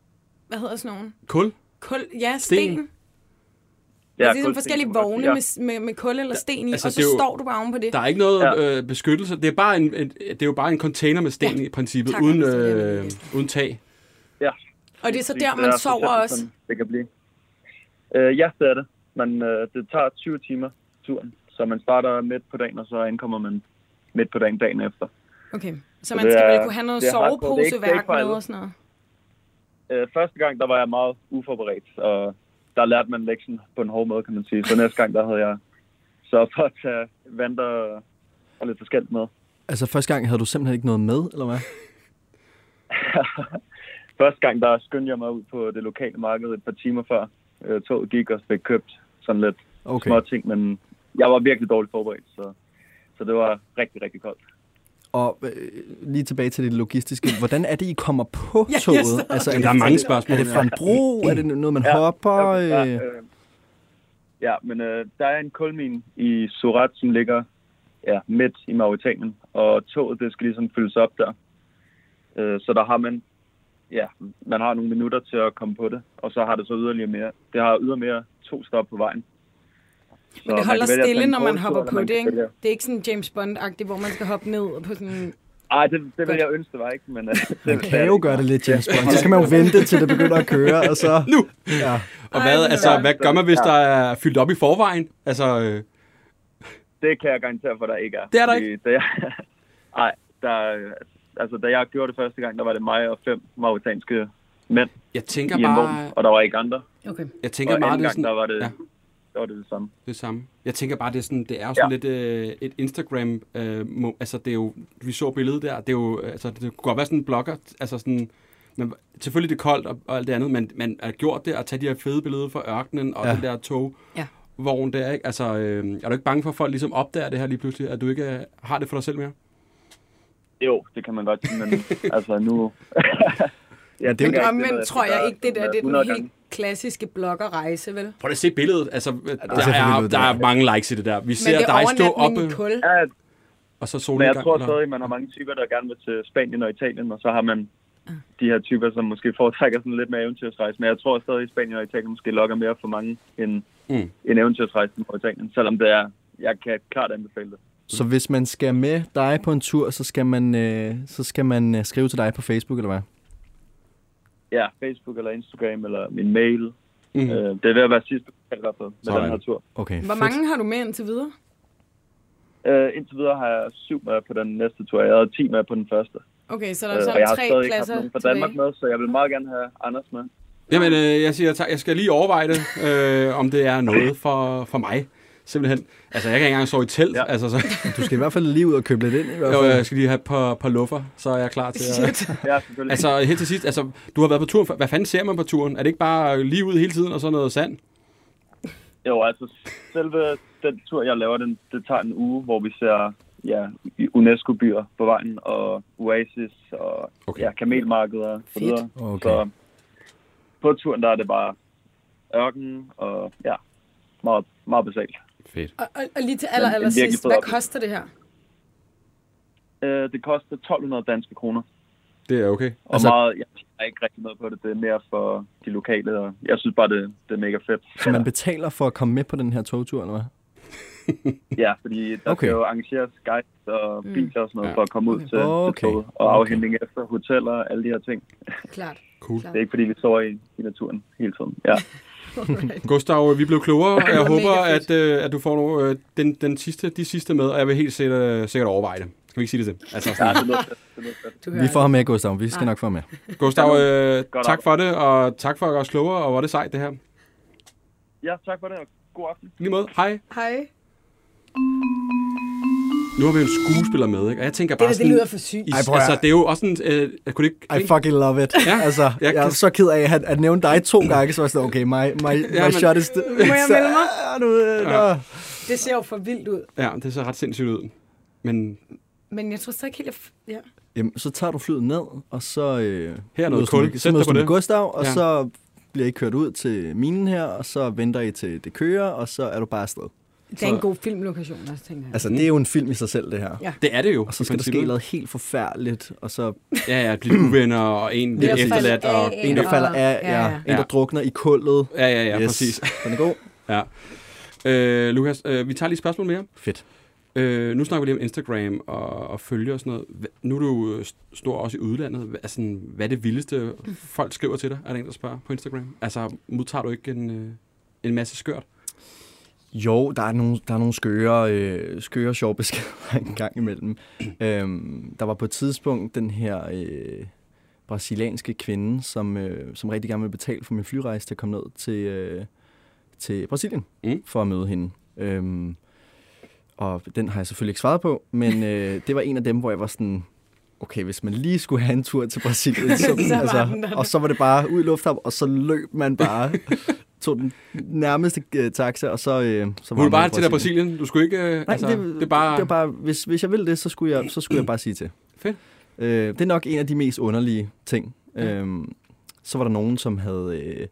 hvad hedder sådan nogle? Kul? Ja, sten. Ja, Altså ligesom forskellige vogne med kul eller sten i, altså, og så står du bare oven på det. Der er ikke noget beskyttelse. Det er, bare det er jo bare en container med sten i princippet, tak, uden tag. Ja. Og det er så der, man sover også? Sådan, det kan blive. Ja, det er det. Men det tager 20 timer turen. Så man starter midt på dagen, og så ankommer man midt på dagen efter. Okay, så man skal vel kunne have noget soveposeværk med og sådan noget? Første gang, der var jeg meget uforberedt, og der lærte man lektionen på en hård måde, kan man sige. Så næste gang, der havde jeg så for at tage vand og lidt forskelligt med. Altså første gang havde du simpelthen ikke noget med, eller hvad? Første gang, der skyndte jeg mig ud på det lokale marked et par timer før toget gik, og fik købt sådan lidt små ting, men jeg var virkelig dårligt forberedt, så det var rigtig, rigtig koldt. Og lige tilbage til det logistiske. Hvordan er det, I kommer på toget? Altså, der er mange spørgsmål. Er det fra en bro? Er det noget, man hopper? Ja, men der er en kulmine i Surat, som ligger midt i Mauritanien, og toget, det skal ligesom fyldes op der. Så der har man har nogle minutter til at komme på det, og så har det så yderligere 2 stop på vejen. Men det holder stille, når man hopper på det, ikke? Det er ikke sådan James Bond-agtigt, hvor man skal hoppe ned på sådan... Ej, det vil jeg ønske, det var ikke, men... Man kan jo gøre det lidt James Bond. Så skal man jo vente, til det begynder at køre, og så... Nu! Ja. Og hvad gør man, hvis der er fyldt op i forvejen? Altså... Det kan jeg garantere for, der ikke er. Det er der ikke? Da jeg gjorde det første gang, der var det mig og 5 mauritanske mænd i en vogn, og der var ikke andre. Okay. Jeg tænker og meget, anden det gang, sådan... der var det... Ja. Det var det samme. Det samme. Jeg tænker bare, det er jo sådan lidt et Instagram, altså det er jo, vi så billedet der, det er jo, altså det kunne godt være sådan en blogger, altså sådan, men selvfølgelig det er koldt og alt det andet, men man har gjort det at tage de her fede billeder fra ørkenen og den der togvogn der, ikke? Altså, er du ikke bange for, at folk ligesom opdager det her lige pludselig, at du ikke har det for dig selv mere? Jo, det kan man godt sige, men altså nu... Men tror jeg ikke, det er den helt klassiske bloggerrejse, vel? Prøv at se billedet. Altså, der er mange likes i det der. Vi ser dig stå oppe, og så solnedgang. Men jeg tror stadig, man har mange typer, der gerne vil til Spanien og Italien, og så har man de her typer, som måske foretrækker sådan lidt mere eventyrsrejse. Men jeg tror stadig, at Spanien og Italien måske lokker mere for mange end en eventyrsrejse til Italien, selvom det er, jeg kan klart anbefale det. Så hvis man skal med dig på en tur, så skal man skrive til dig på Facebook, eller hvad? Ja, Facebook eller Instagram eller min mail. Det er ved at være sidste i hvert fald med den her tur. Okay, hvor mange har du med indtil videre? Indtil videre har jeg 7 med på den næste tur. Jeg havde 10 med på den første. Okay, så der er sådan 3 pladser tilbage. Og jeg har stadig ikke haft nogen fra Danmark med, så jeg vil meget gerne have Anders med. Jamen, jeg siger tak. Jeg skal lige overveje det, om det er noget for mig. Simpelthen. Altså, jeg kan ikke engang sove i telt. Ja. Altså, så. Du skal i hvert fald lige ud og købe lidt ind. I hvert fald. Jo, jeg skal lige have et par luffer, så er jeg klar til at... Ja, selvfølgelig. Altså, helt til sidst, altså, du har været på turen. Hvad fanden ser man på turen? Er det ikke bare lige ud hele tiden og så noget sand? Jo, altså, selve den tur, jeg laver, det tager en uge, hvor vi ser UNESCO-byer på vejen, og oasis, og kamelmarkeder og så videre. Okay. Så på turen, der er det bare ørken, og meget, meget basalt. Fedt. Og lige til allersidst, hvad koster det her? Det koster 1.200 danske kroner. Det er okay. Og altså, meget, jeg har ikke rigtig noget på det. Det er mere for de lokale, og jeg synes bare, det er mega fedt. Så man betaler for at komme med på den her togtur, eller hvad? Ja, fordi der skal jo arrangeres guides og biler og sådan noget for at komme ud til toget. Og afhentning efter hoteller og alle de her ting. Klart. Cool. Det er ikke, fordi vi sover i naturen hele tiden. Ja. Gustav, vi blev klogere, og jeg håber, at du får de sidste med, og jeg vil helt sikkert overveje det. Skal vi ikke sige det til? Altså, vi får ham med, Gustav. Vi skal nok få ham med. Gustav, tak for det, og tak for at gøre os klogere, og hvor er det sejt, det her. Ja, tak for det, og god aften. Lige måde. Hej. Hej. Nu har vi en skuespiller med, ikke? Og jeg tænker bare det lyder for sygt. Altså, det er jo også sådan... I fucking love it. Ja, altså, jeg er så ked af at nævne dig 2 gange, så var jeg sådan, okay, my shot is... Må jeg melde mig? Det ser jo for vildt ud. Ja, det ser ret sindssygt ud. Men jeg tror så ikke helt... Jamen, så tager du flyet ned, og så... her er noget kul. Så mødes du med Gustav, og så bliver I kørt ud til minen her, og så venter I til det kører, og så er du bare afsted. Det er en god filmlokation også, tænker jeg. Altså, det er jo en film i sig selv, det her. Ja. Det er det jo. Og så skal der ske noget helt forfærdeligt, og så Ja, blive uvenner, og en bliver efterladt, og en, der falder af, en, der drukner i kullet. Ja, præcis. Den er god. Ja. Lukas, vi tager lige et spørgsmål mere. Fedt. Nu snakker vi lige om Instagram og følger og sådan noget. Nu er du stor også i udlandet. Hvad er det vildeste, folk skriver til dig? Er der en, der spørger på Instagram? Altså, modtager du ikke en masse skørt? Jo, der er nogle skøre sjove beskeder en gang imellem. Der var på et tidspunkt den her brasilianske kvinde, som rigtig gerne ville betale for min flyrejse til at komme ned til Brasilien for at møde hende. Og den har jeg selvfølgelig ikke svaret på, men det var en af dem, hvor jeg var sådan, okay, hvis man lige skulle have en tur til Brasilien, og så var det bare ud i lufthavn, og så løb man bare, tog den nærmeste taxa, og så var du bare til der Brasilien? Du skulle ikke... Nej, det var bare hvis jeg ville det, så skulle jeg bare sige til. Fedt. Det er nok en af de mest underlige ting. Ja. Så var der nogen, som havde...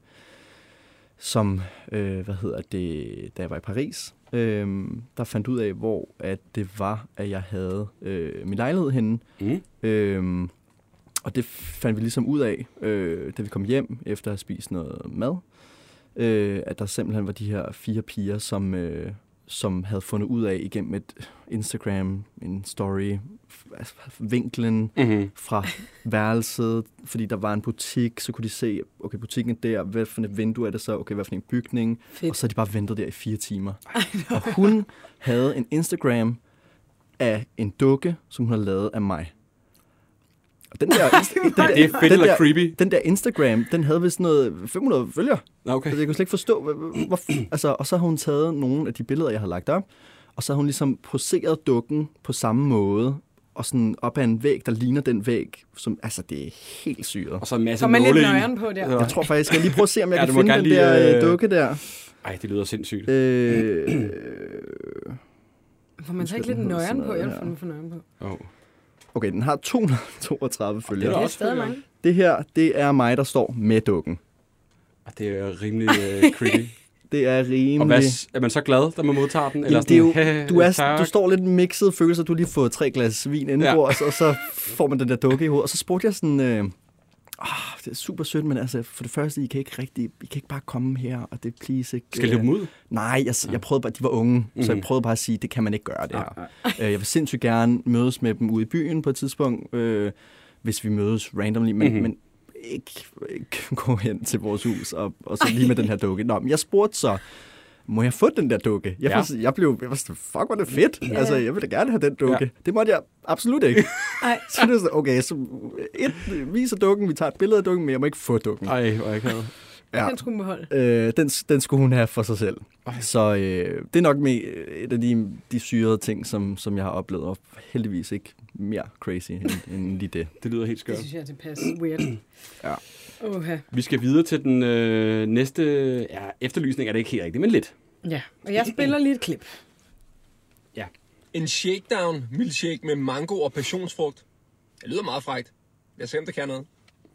da jeg var i Paris, der fandt ud af, hvor at det var, at jeg havde min lejlighed henne. Og det fandt vi ligesom ud af, da vi kom hjem efter at have spist noget mad, at der simpelthen var de her 4 piger, som havde fundet ud af igennem et Instagram, en story, vinklen fra værelset, fordi der var en butik, så kunne de se, okay, butikken er der, hvad for et vindue er det så, okay, hvad for en bygning, og så havde de bare ventet der i 4 timer. Og hun havde en Instagram af en dukke, som hun havde lavet af mig. Og den der, det er fedt eller creepy. Den der Instagram, den havde vist noget 500 følgere. Okay. Altså, jeg kunne slet ikke forstå, hvorfor. Og så har hun taget nogle af de billeder, jeg havde lagt op, og så har hun ligesom poseret dukken på samme måde, og sådan op ad en væg, der ligner den væg, som, altså, det er helt syret. Og så en masse nåle i. Så man lidt nøjeren på der. Jeg tror faktisk, jeg lige prøve at se, om jeg kan finde den der dukke der. Ej, det lyder sindssygt. Får man så ikke lidt nøjeren på? Jeg får nøjeren på. Okay, den har 232 følgere. Det er stadig mange. Det her, det er mig, der står med dukken. Det er rimelig creepy. Det er rimelig... Og er man så glad, da man modtager den? Eller sådan, du står lidt mixet følelser, du har lige fået 3 glas vin indenbords, og så får man den der dukke i hovedet. Og så spurgte jeg sådan... det er super sødt, men altså, for det første, I kan ikke bare komme her, og det please ikke... Skal løbe dem ud? Nej, jeg prøvede bare, de var unge, så jeg prøvede bare at sige, det kan man ikke gøre, det her. Jeg vil sindssygt gerne mødes med dem ude i byen på et tidspunkt, hvis vi mødes randomly, men ikke gå hen til vores hus, og så lige med den her dukke. Nå, men jeg spurgte så, må jeg få den der dukke? Jeg var sådan, fuck, hvor det fedt. Yeah. Altså, jeg ville da gerne have den dukke. Ja. Det måtte jeg absolut ikke. Så det er sådan, okay, så viser dukken, vi tager et billede af dukken, men jeg må ikke få dukken. Ej, hvor jeg kan. Ja. Den skulle hun beholde. Den skulle hun have for sig selv. Så det er nok et af de syrede ting, som jeg har oplevet, og heldigvis ikke mere crazy end lige det. Det lyder helt skørt. Det synes jeg er tilpas weird. Ja. Okay. Vi skal videre til den næste efterlysning. Er det ikke helt rigtigt, men lidt. Ja, og jeg spiller lige et klip. Ja. En shakedown milkshake med mango og passionsfrugt. Det lyder meget frækt. Jeg ser, om det kan noget.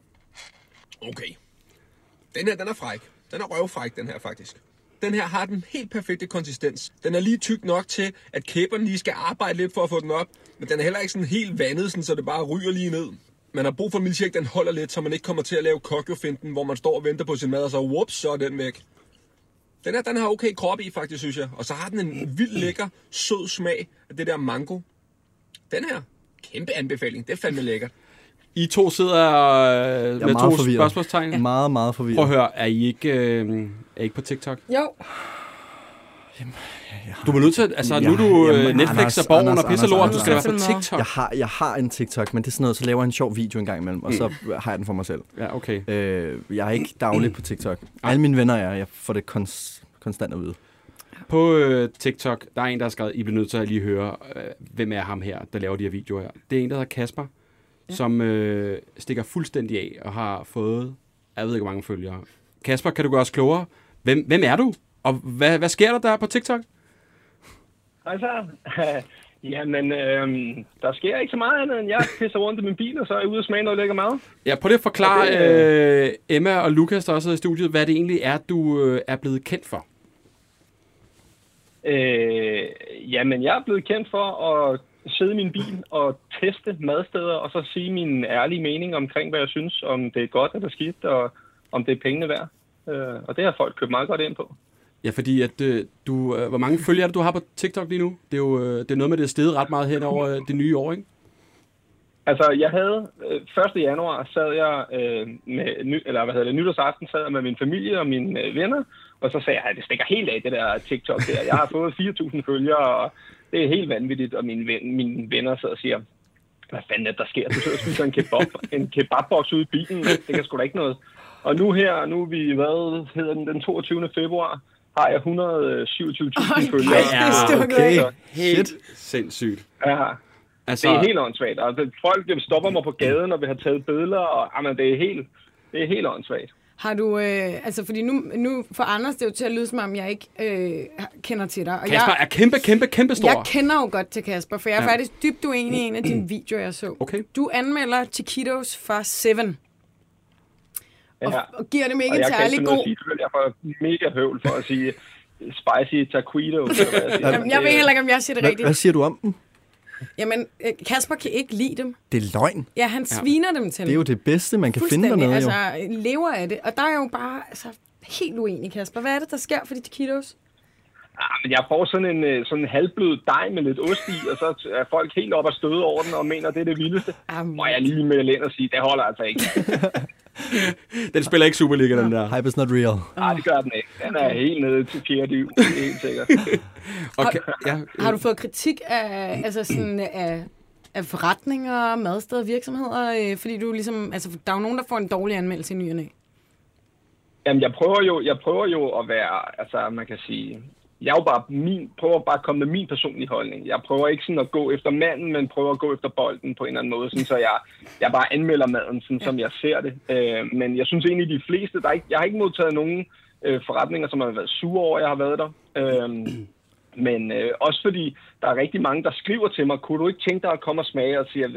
Okay. Den her, den er fræk. Den er røvfræk, den her faktisk. Den her har den helt perfekte konsistens. Den er lige tyk nok til, at kæberne lige skal arbejde lidt for at få den op. Men den er heller ikke sådan helt vandet, sådan, så det bare ryger lige ned. Man har brug for en milkshake, den holder lidt, så man ikke kommer til at lave kokjofinten, hvor man står og venter på sin mad, og så whoops, så er den væk. Den har okay krop i, faktisk, synes jeg. Og så har den en vild lækker, sød smag af det der mango. Den her, kæmpe anbefaling. Det er fandme lækkert. I to sidder med 2 spørgsmålstegn. Ja. Meget, meget forvirret. Prøv at høre, er I ikke på TikTok? Jo. Jamen, du er nødt til, altså nu er du Netflix og Borgen og pisse lort, du skal være på TikTok. Jeg har en TikTok, men det er sådan noget, så laver jeg en sjov video en gang imellem, og så har jeg den for mig selv. Ja, okay. Jeg er ikke daglig på TikTok. Alle mine venner er, jeg får det konstant at vide. På TikTok, der er en, der har skrevet, I bliver nødt til at lige høre, hvem er ham her, der laver de her videoer her. Det er en, der hedder Kasper, som stikker fuldstændig af og har fået, jeg ved ikke, hvor mange følgere. Kasper, kan du gøre os klogere? Hvem er du? Og hvad sker der på TikTok? Hej så. Jamen, der sker ikke så meget andet, end jeg pisser rundt i min bil, og så er jeg ude og smage noget lækker mad. Ja, prøv lige at forklare Emma og Lukas, der også er i studiet, hvad det egentlig er, du er blevet kendt for. Jamen, jeg er blevet kendt for at sidde i min bil og teste madsteder, og så sige min ærlige mening omkring, hvad jeg synes, om det er godt eller skidt, og om det er pengene værd. Og det har folk købt meget godt ind på. Ja, fordi at hvor mange følgere er det, du har på TikTok lige nu? Det er jo det er noget med, det er steget ret meget hen over det nye år, ikke? Altså, jeg havde 1. januar sad jeg nytårsaften sad jeg med min familie og mine venner, og så sagde jeg, at det stikker helt af, det der TikTok der. Jeg har fået 4.000 følgere, og det er helt vanvittigt, og mine venner sidder og siger, hvad fanden er der sker? Du sidder og spiser en kebabboks ude i bilen, det kan sgu da ikke noget. Og nu er vi, den 22. februar, har jeg 127.000 følgere. Okay. Helt sindssygt. Ja. Altså, det er helt åndssvagt. Og folk stopper mig på gaden og vil have taget billeder, og jamen, det er helt åndssvagt. Har du, fordi nu for Anders, det er jo til at lyde som om, jeg ikke kender til dig. Og Kasper er kæmpe stor. Jeg kender jo godt til Kasper, for jeg er faktisk dybt uenig i en af dine videoer, jeg så. Okay. Du anmelder Chiquitos fra 7. Og giver dem ikke en særlig god... Jeg får mega høvl for at sige spicy taquito. Jeg ved heller ikke, om jeg siger det rigtigt. Hvad siger du om dem? Jamen, Kasper kan ikke lide dem. Det er løgn. Ja, han sviner dem til. Det er jo det bedste, man kan finde dernede. Altså, lever af det. Og der er jo bare helt uenig, Kasper. Hvad er det, der sker for de taquitos? Men jeg får sådan en halvblød dej med lidt ost i, og så er folk helt op og støde over den og mener, det er det vildeste. Må jeg lige melde ind og sige, det holder altså ikke. Den spiller ikke Superliga, den der. Hype is not real. Nej, det gør den ikke. Den er helt nede til 4. div, helt sikkert. Okay. Har du fået kritik af forretninger, madsteder, virksomheder? Fordi du ligesom, der er jo nogen, der får en dårlig anmeldelse i ny og næ. Jamen, jeg prøver jo at være, man kan sige... Jeg prøver bare at komme med min personlige holdning. Jeg prøver ikke sådan at gå efter manden, men prøver at gå efter bolden på en eller anden måde, sådan, så jeg bare anmelder maden, sådan, som jeg ser det. Men jeg synes egentlig, de fleste, jeg har ikke modtaget nogen forretninger, som har været sure over, jeg har været der. Men også fordi der er rigtig mange, der skriver til mig, kunne du ikke tænke dig at komme og smage og sige,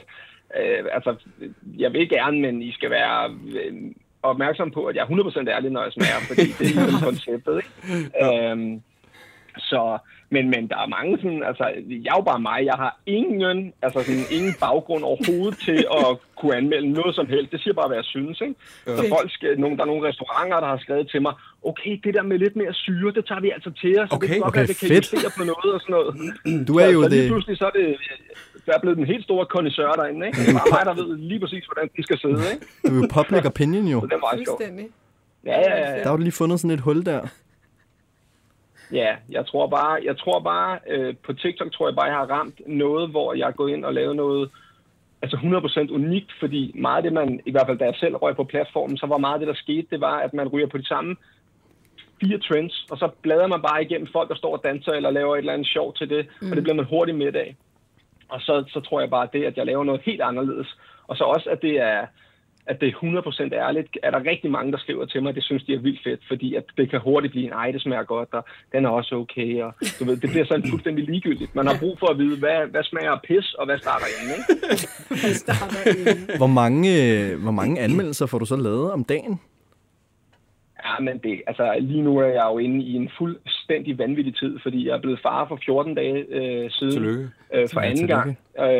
jeg vil gerne, men I skal være... opmærksom på, at jeg er 100% ærlig, når jeg smager, fordi det er ligesom konceptet, ikke? Men der er mange sådan, jeg er jo bare mig, jeg har ingen baggrund overhovedet til at kunne anmelde noget som helst. Det siger bare, hvad jeg synes, ikke? Så der er nogle restauranter, der har skrevet til mig, okay, det der med lidt mere syre, det tager vi altså til os, så det kan godt være, det kan justere på noget og sådan noget. Du er jo det. Lige pludselig så er det... Der er blevet den helt store kondisør derinde, ikke? Det er bare mig, der ved lige præcis, hvordan de skal sidde, ikke? Du er jo public opinion, jo. Så det er meget sjovt. Ja. Der har du lige fundet sådan et hul der. Ja, jeg tror bare, på TikTok tror jeg bare, jeg har ramt noget, hvor jeg er gået ind og lavet noget, 100% unikt, fordi meget af det, man, i hvert fald da jeg selv røg på platformen, så var meget af det, der skete, det var, at man ryger på de samme 4 trends, og så bladrer man bare igennem folk, der står og danser, eller laver et eller andet sjov til det, og det bliver man hurtigt midt af. Og så tror jeg bare, at jeg laver noget helt anderledes. Og så også, at det er 100% ærligt, er der rigtig mange, der skriver til mig, det synes de er vildt fedt, fordi at det kan hurtigt blive det smager godt, og den er også okay, og du ved, det bliver sådan fuldstændig ligegyldigt. Man har brug for at vide, hvad smager af pis, og hvad starter inden, ikke? Hvor mange anmeldelser får du så lavet om dagen? Ja, men lige nu er jeg jo inde i en fuldstændig vanvittig tid, fordi jeg er blevet far for 14 dage siden for anden gang.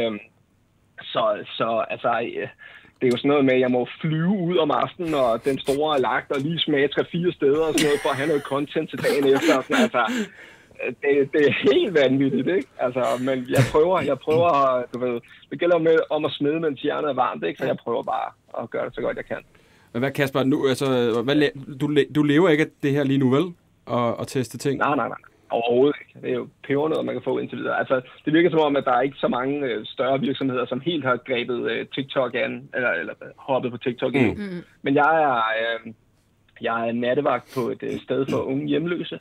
Det er jo sådan noget med, at jeg må flyve ud om aftenen, og den store er lagt, og lige smage 3-4 steder og sådan noget, for at have noget content til dagen efter. Det er helt vanvittigt, ikke? Men jeg prøver, du ved, det gælder med om at smide, mens hjernet er varmt, ikke? Så jeg prøver bare at gøre det så godt, jeg kan. Men hvad, Kasper, nu, du lever ikke af det her lige nu, vel? Og teste ting? Nej. Overhovedet ikke. Det er jo pebernødder, man kan få indtil videre. Det virker som om, at der er ikke så mange større virksomheder, som helt har grebet TikTok an, eller hoppet på TikTok endnu. Men jeg er nattevagt på et sted for unge hjemløse.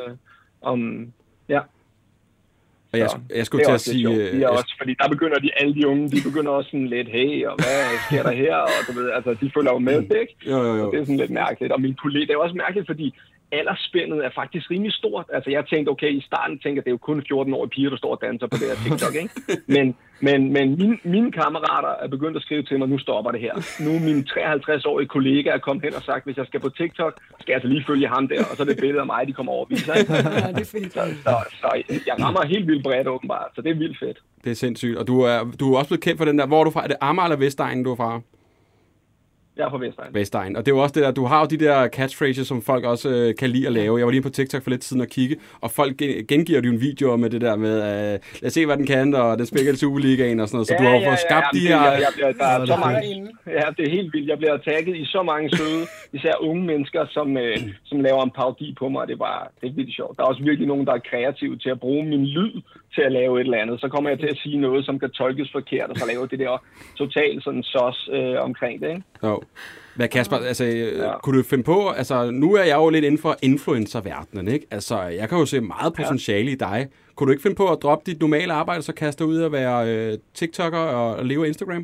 Og jeg skulle til at sige... også, fordi der begynder alle de unge, de begynder også sådan lidt, hey, og hvad sker der her? Og du ved, de følger jo med, ikke? Jo. Det er sådan lidt mærkeligt. Og min kollega, det er også mærkeligt, fordi aldersspændet er faktisk rimelig stort. Altså jeg tænkte, okay, i starten tænkte jeg, det er jo kun 14-årige piger, der står og danser på det her TikTok, ikke? Men mine kammerater er begyndt at skrive til mig, nu stopper det her. Nu er min 53-årige kollega er kommet hen og sagt, hvis jeg skal på TikTok, skal jeg altså lige følge ham der, og så er det et billede af mig, de kommer over og viser. Ikke? Ja, det er fedt. Så jeg rammer helt vildt bredt åbenbart, så det er vildt fedt. Det er sindssygt. Og du er også blevet kendt for den der, hvor er du fra? Er det Amager eller Vestegnen, du er fra? Jeg er fra Vestegn. Vestegn. Og det er jo også det der, du har jo de der catchphrases, som folk også kan lide at lave. Jeg var lige på TikTok for lidt siden og kigge, og folk gengiver jo en video med det der med, lad os se, hvad den kan, og den spiller Superligaen og sådan noget. Så du har jo fået skabt de her... Der er så mange... Ja, det er helt vildt. Jeg bliver tagget i så mange søde, især unge mennesker, som laver en parodi på mig. Det er vildt sjovt. Der er også virkelig nogen, der er kreative til at bruge min lyd til at lave et eller andet. Så kommer jeg til at sige noget, som kan tolkes forkert, og så laver det der totalt sådan sås omkring det, ikke? Jo. Hvad Kasper, altså, kunne du finde på, altså, nu er jeg jo lidt inden for influencer-verdenen, ikke? Altså, jeg kan jo se meget potentiale i dig. Kunne du ikke finde på at droppe dit normale arbejde, så kaste dig ud og være TikToker og leve af Instagram?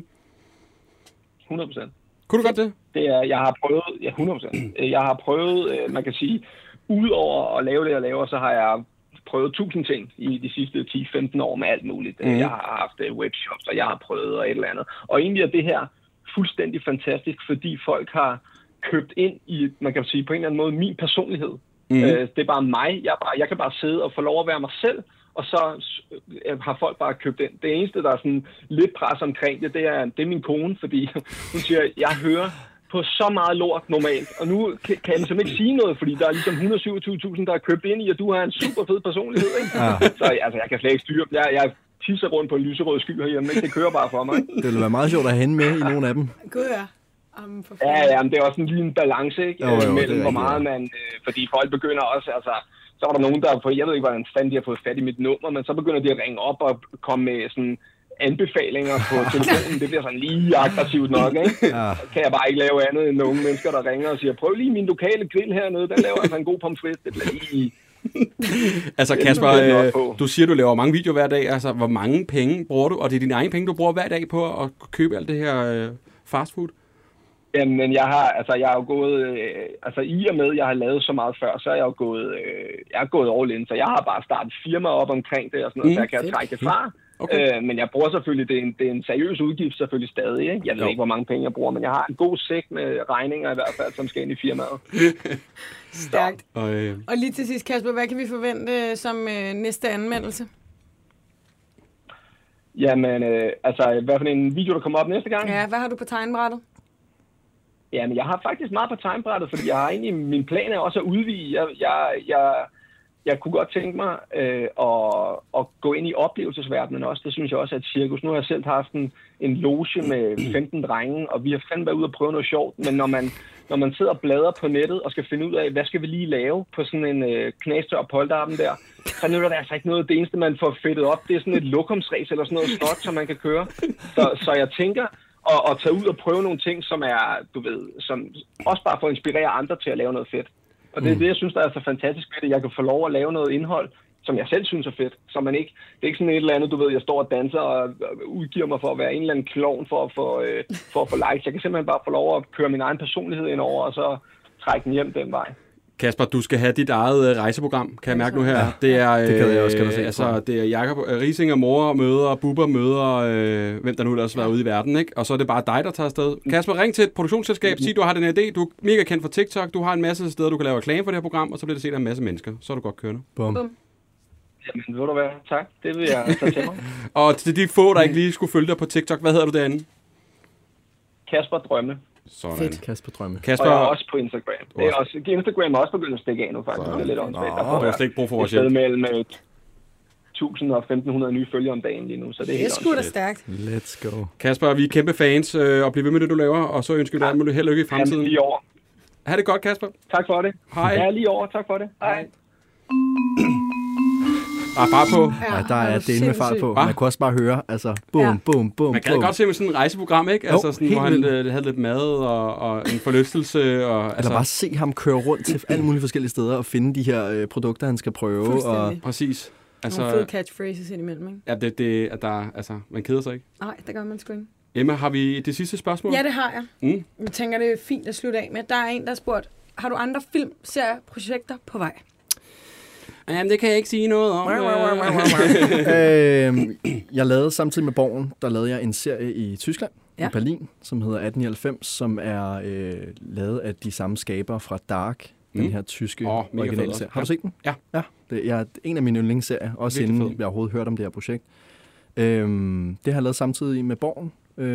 100%. Kunne du godt det? Det er, jeg har prøvet, 100%. Jeg har prøvet, man kan sige, udover at lave det, jeg laver, så har jeg prøvet 1000 ting i de sidste 10-15 år med alt muligt. Jeg har haft webshops, og jeg har prøvet og et eller andet. Og egentlig er det her fuldstændig fantastisk, fordi folk har købt ind i, man kan sige på en eller anden måde, min personlighed. Det er bare mig. Jeg kan bare sidde og få lov at være mig selv, og så har folk bare købt ind. Det eneste, der er sådan lidt pres omkring det er min kone, fordi hun siger, jeg hører på så meget lort normalt, og nu kan jeg ligesom ikke sige noget, fordi der er ligesom 127.000, der har købt ind i, at du har en super fed personlighed, ikke? Ja. Så altså, jeg kan slet ikke styre. Jeg tisser rundt på en lyserød sky herhjemme, ikke? Det kører bare for mig. Det ville være meget sjovt at have hende med i nogle af dem. Gud ja. Ja, men det er også lige en balance, ikke? Mellem hvor meget man... fordi folk begynder også, altså... Så var der nogen, der... Jeg ved ikke, hvordan fanden de har fået fat i mit nummer, men så begynder de at ringe op og komme med sådan anbefalinger på telefonen. Det bliver sådan lige aggressivt nok, ikke? Ja. Så kan jeg bare ikke lave andet end unge mennesker, der ringer og siger, prøv lige min lokale grill hernede, den laver altså en god pomfrit. Det bliver lige... Altså Kasper, du siger, du laver mange videoer hver dag. Altså, hvor mange penge bruger du? Og det er dine egne penge, du bruger hver dag på at købe alt det her fastfood? Jamen, jeg har jo gået... i og med, jeg har lavet så meget før, så er jeg jo gået all in. Så jeg har bare startet firma op omkring det og sådan noget, så jeg kan trække det fra. Okay. Men jeg bruger selvfølgelig, det er en seriøs udgift selvfølgelig stadig. Ikke? Jeg ved ikke, hvor mange penge jeg bruger, men jeg har en god sæk med regninger i hvert fald, som skal ind i firmaet. Stærkt. Og lige til sidst, Kasper, hvad kan vi forvente som næste anmeldelse? Jamen, hvad for en video, der kommer op næste gang? Ja, hvad har du på tegnbrættet? Jamen, jeg har faktisk meget på tegnbrættet, fordi jeg har egentlig, min plan er også at udvide. Jeg kunne godt tænke mig at gå ind i oplevelsesverdenen også. Det synes jeg også er et cirkus. Nu har jeg selv haft en loge med 15 drenge, og vi har fandme været ude og prøve noget sjovt. Men når man sidder og bladrer på nettet og skal finde ud af, hvad skal vi lige lave på sådan en knastør polterappen der, så nu er der altså ikke noget. Det eneste, man får fedtet op, det er sådan et lokumsræs eller sådan noget snot, som man kan køre. Så jeg tænker at tage ud og prøve nogle ting, som er, du ved, som også bare får inspirere andre til at lave noget fedt. Og det er det, jeg synes, der er så fantastisk ved det. Jeg kan få lov at lave noget indhold, som jeg selv synes er fedt. Så det er ikke sådan et eller andet, du ved, jeg står og danser og udgiver mig for at være en eller anden klovn for at få likes. Jeg kan simpelthen bare få lov at køre min egen personlighed ind over, og så trække den hjem den vej. Kasper, du skal have dit eget rejseprogram, kan jeg mærke nu her. Ja, det kan jeg også, kan du se. Altså, det er Jakob Riising og mor møder, Bubber møder, hvem der nu ellers har været ude i verden, ikke? Og så er det bare dig, der tager afsted. Kasper, ring til et produktionsselskab, sig, du har den her idé, du er mega kendt for TikTok, du har en masse steder, du kan lave reklame for det her program, og så bliver det set af en masse mennesker. Så er du godt kørende. Bum. Jamen, ved du hvad? Tak. Det vil jeg tage til mig. Og til de få, der ikke lige skulle følge dig på TikTok, hvad hedder du derinde? Kasper Drømme. Sådan. Fedt. Kasper Drømme. Kasper... Og jeg er også på Instagram. Instagram er også begyndt at stikke af nu, faktisk. Det er lidt åndssvagt. Du har slet ikke brug for vores hjælp. Mellem 1000 og 1500 nye følgere om dagen lige nu, så det er helt sgu da stærkt. Let's go. Kasper, vi er kæmpe fans, og bliv ved med det, du laver, og så ønsker vi dig alt muligt held og lykke i fremtiden. Lige over. Ha' det godt, Kasper. Tak for det. Hej. Ja, lige over. Tak for det. Hej. Fart på. Ja, der er det med fart på. Man kunne også bare høre, altså, bum. Man kan godt se med sådan et rejseprogram, ikke? Altså, sådan, hvor han havde lidt mad og en forlystelse. Og, altså bare se ham køre rundt til alle mulige forskellige steder og finde de her produkter, han skal prøve. Og... Præcis. Altså, nogle fede catchphrases indimellem, ikke? Ja, man keder sig ikke. Nej, det gør man sgu ikke. Emma, har vi det sidste spørgsmål? Ja, det har jeg. Jeg tænker, det er fint at slutte af med. Der er en, der har spurgt, Har du andre filmserieprojekter på vej? Jamen, det kan jeg ikke sige noget om. Jeg lavede samtidig med Borgen, der lavede jeg en serie i Tyskland, i Berlin, som hedder 1899, som er lavet af de samme skabere fra Dark, den her tyske originalserie. Har du set den? Ja. Ja, det er en af mine yndlingsserier, også virkelig inden fed. jeg overhovedet hørte om det her projekt. Det har jeg lavet samtidig med Borgen,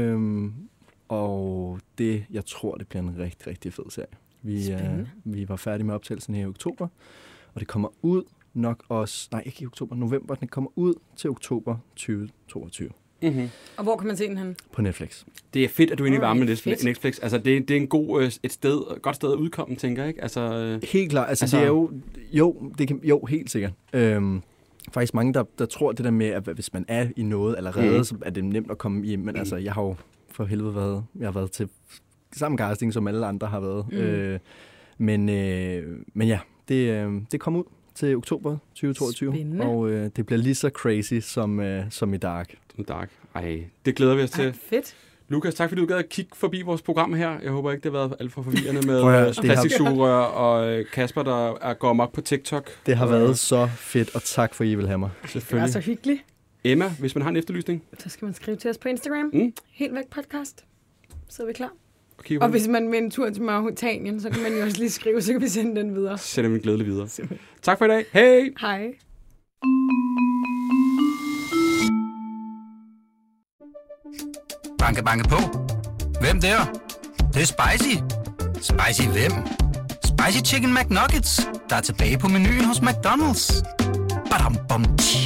og jeg tror, det bliver en rigtig, rigtig fed serie. Vi var færdige med optagelsen her i oktober, og det kommer ud nok også... Nej, ikke i oktober, november. Den kommer ud til oktober 2022. Mm-hmm. Og hvor kan man se den hen? På Netflix. Det er fedt, at du er inde i varmen med Netflix. Altså, det er en god, godt sted at udkomme, tænker jeg, ikke? Altså, helt klart. Altså, det er jo, helt sikkert. Faktisk mange, der tror det der med, at hvis man er i noget allerede, så er det nemt at komme hjem. Men altså, jeg har jo for helvede været til samme casting, som alle andre har været. Men ja, det kommer ud til oktober 2022. Spændende. Og det bliver lige så crazy som i Dark. Ej, det glæder vi os til. Fedt. Lukas, tak fordi du gad at kigge forbi vores program her. Jeg håber ikke, det har været alt for forvirrende med plastiksugerør og Kasper, der går amok på TikTok. Det har været så fedt, og tak for, I vil have mig. Det er så hyggeligt. Emma, hvis man har en efterlysning? Så skal man skrive til os på Instagram. Helt væk podcast. Så er vi klar. Og hvis man med en tur til Mauretanien, så kan man jo også lige skrive, så kan vi sende den videre. Sender vi glædeligt videre. Tak for i dag. Hej! Hej. Banke, banke på. Hvem der? Det er spicy. Spicy hvem? Spicy Chicken McNuggets, der er tilbage på menuen hos McDonald's. Badum, bom, tji.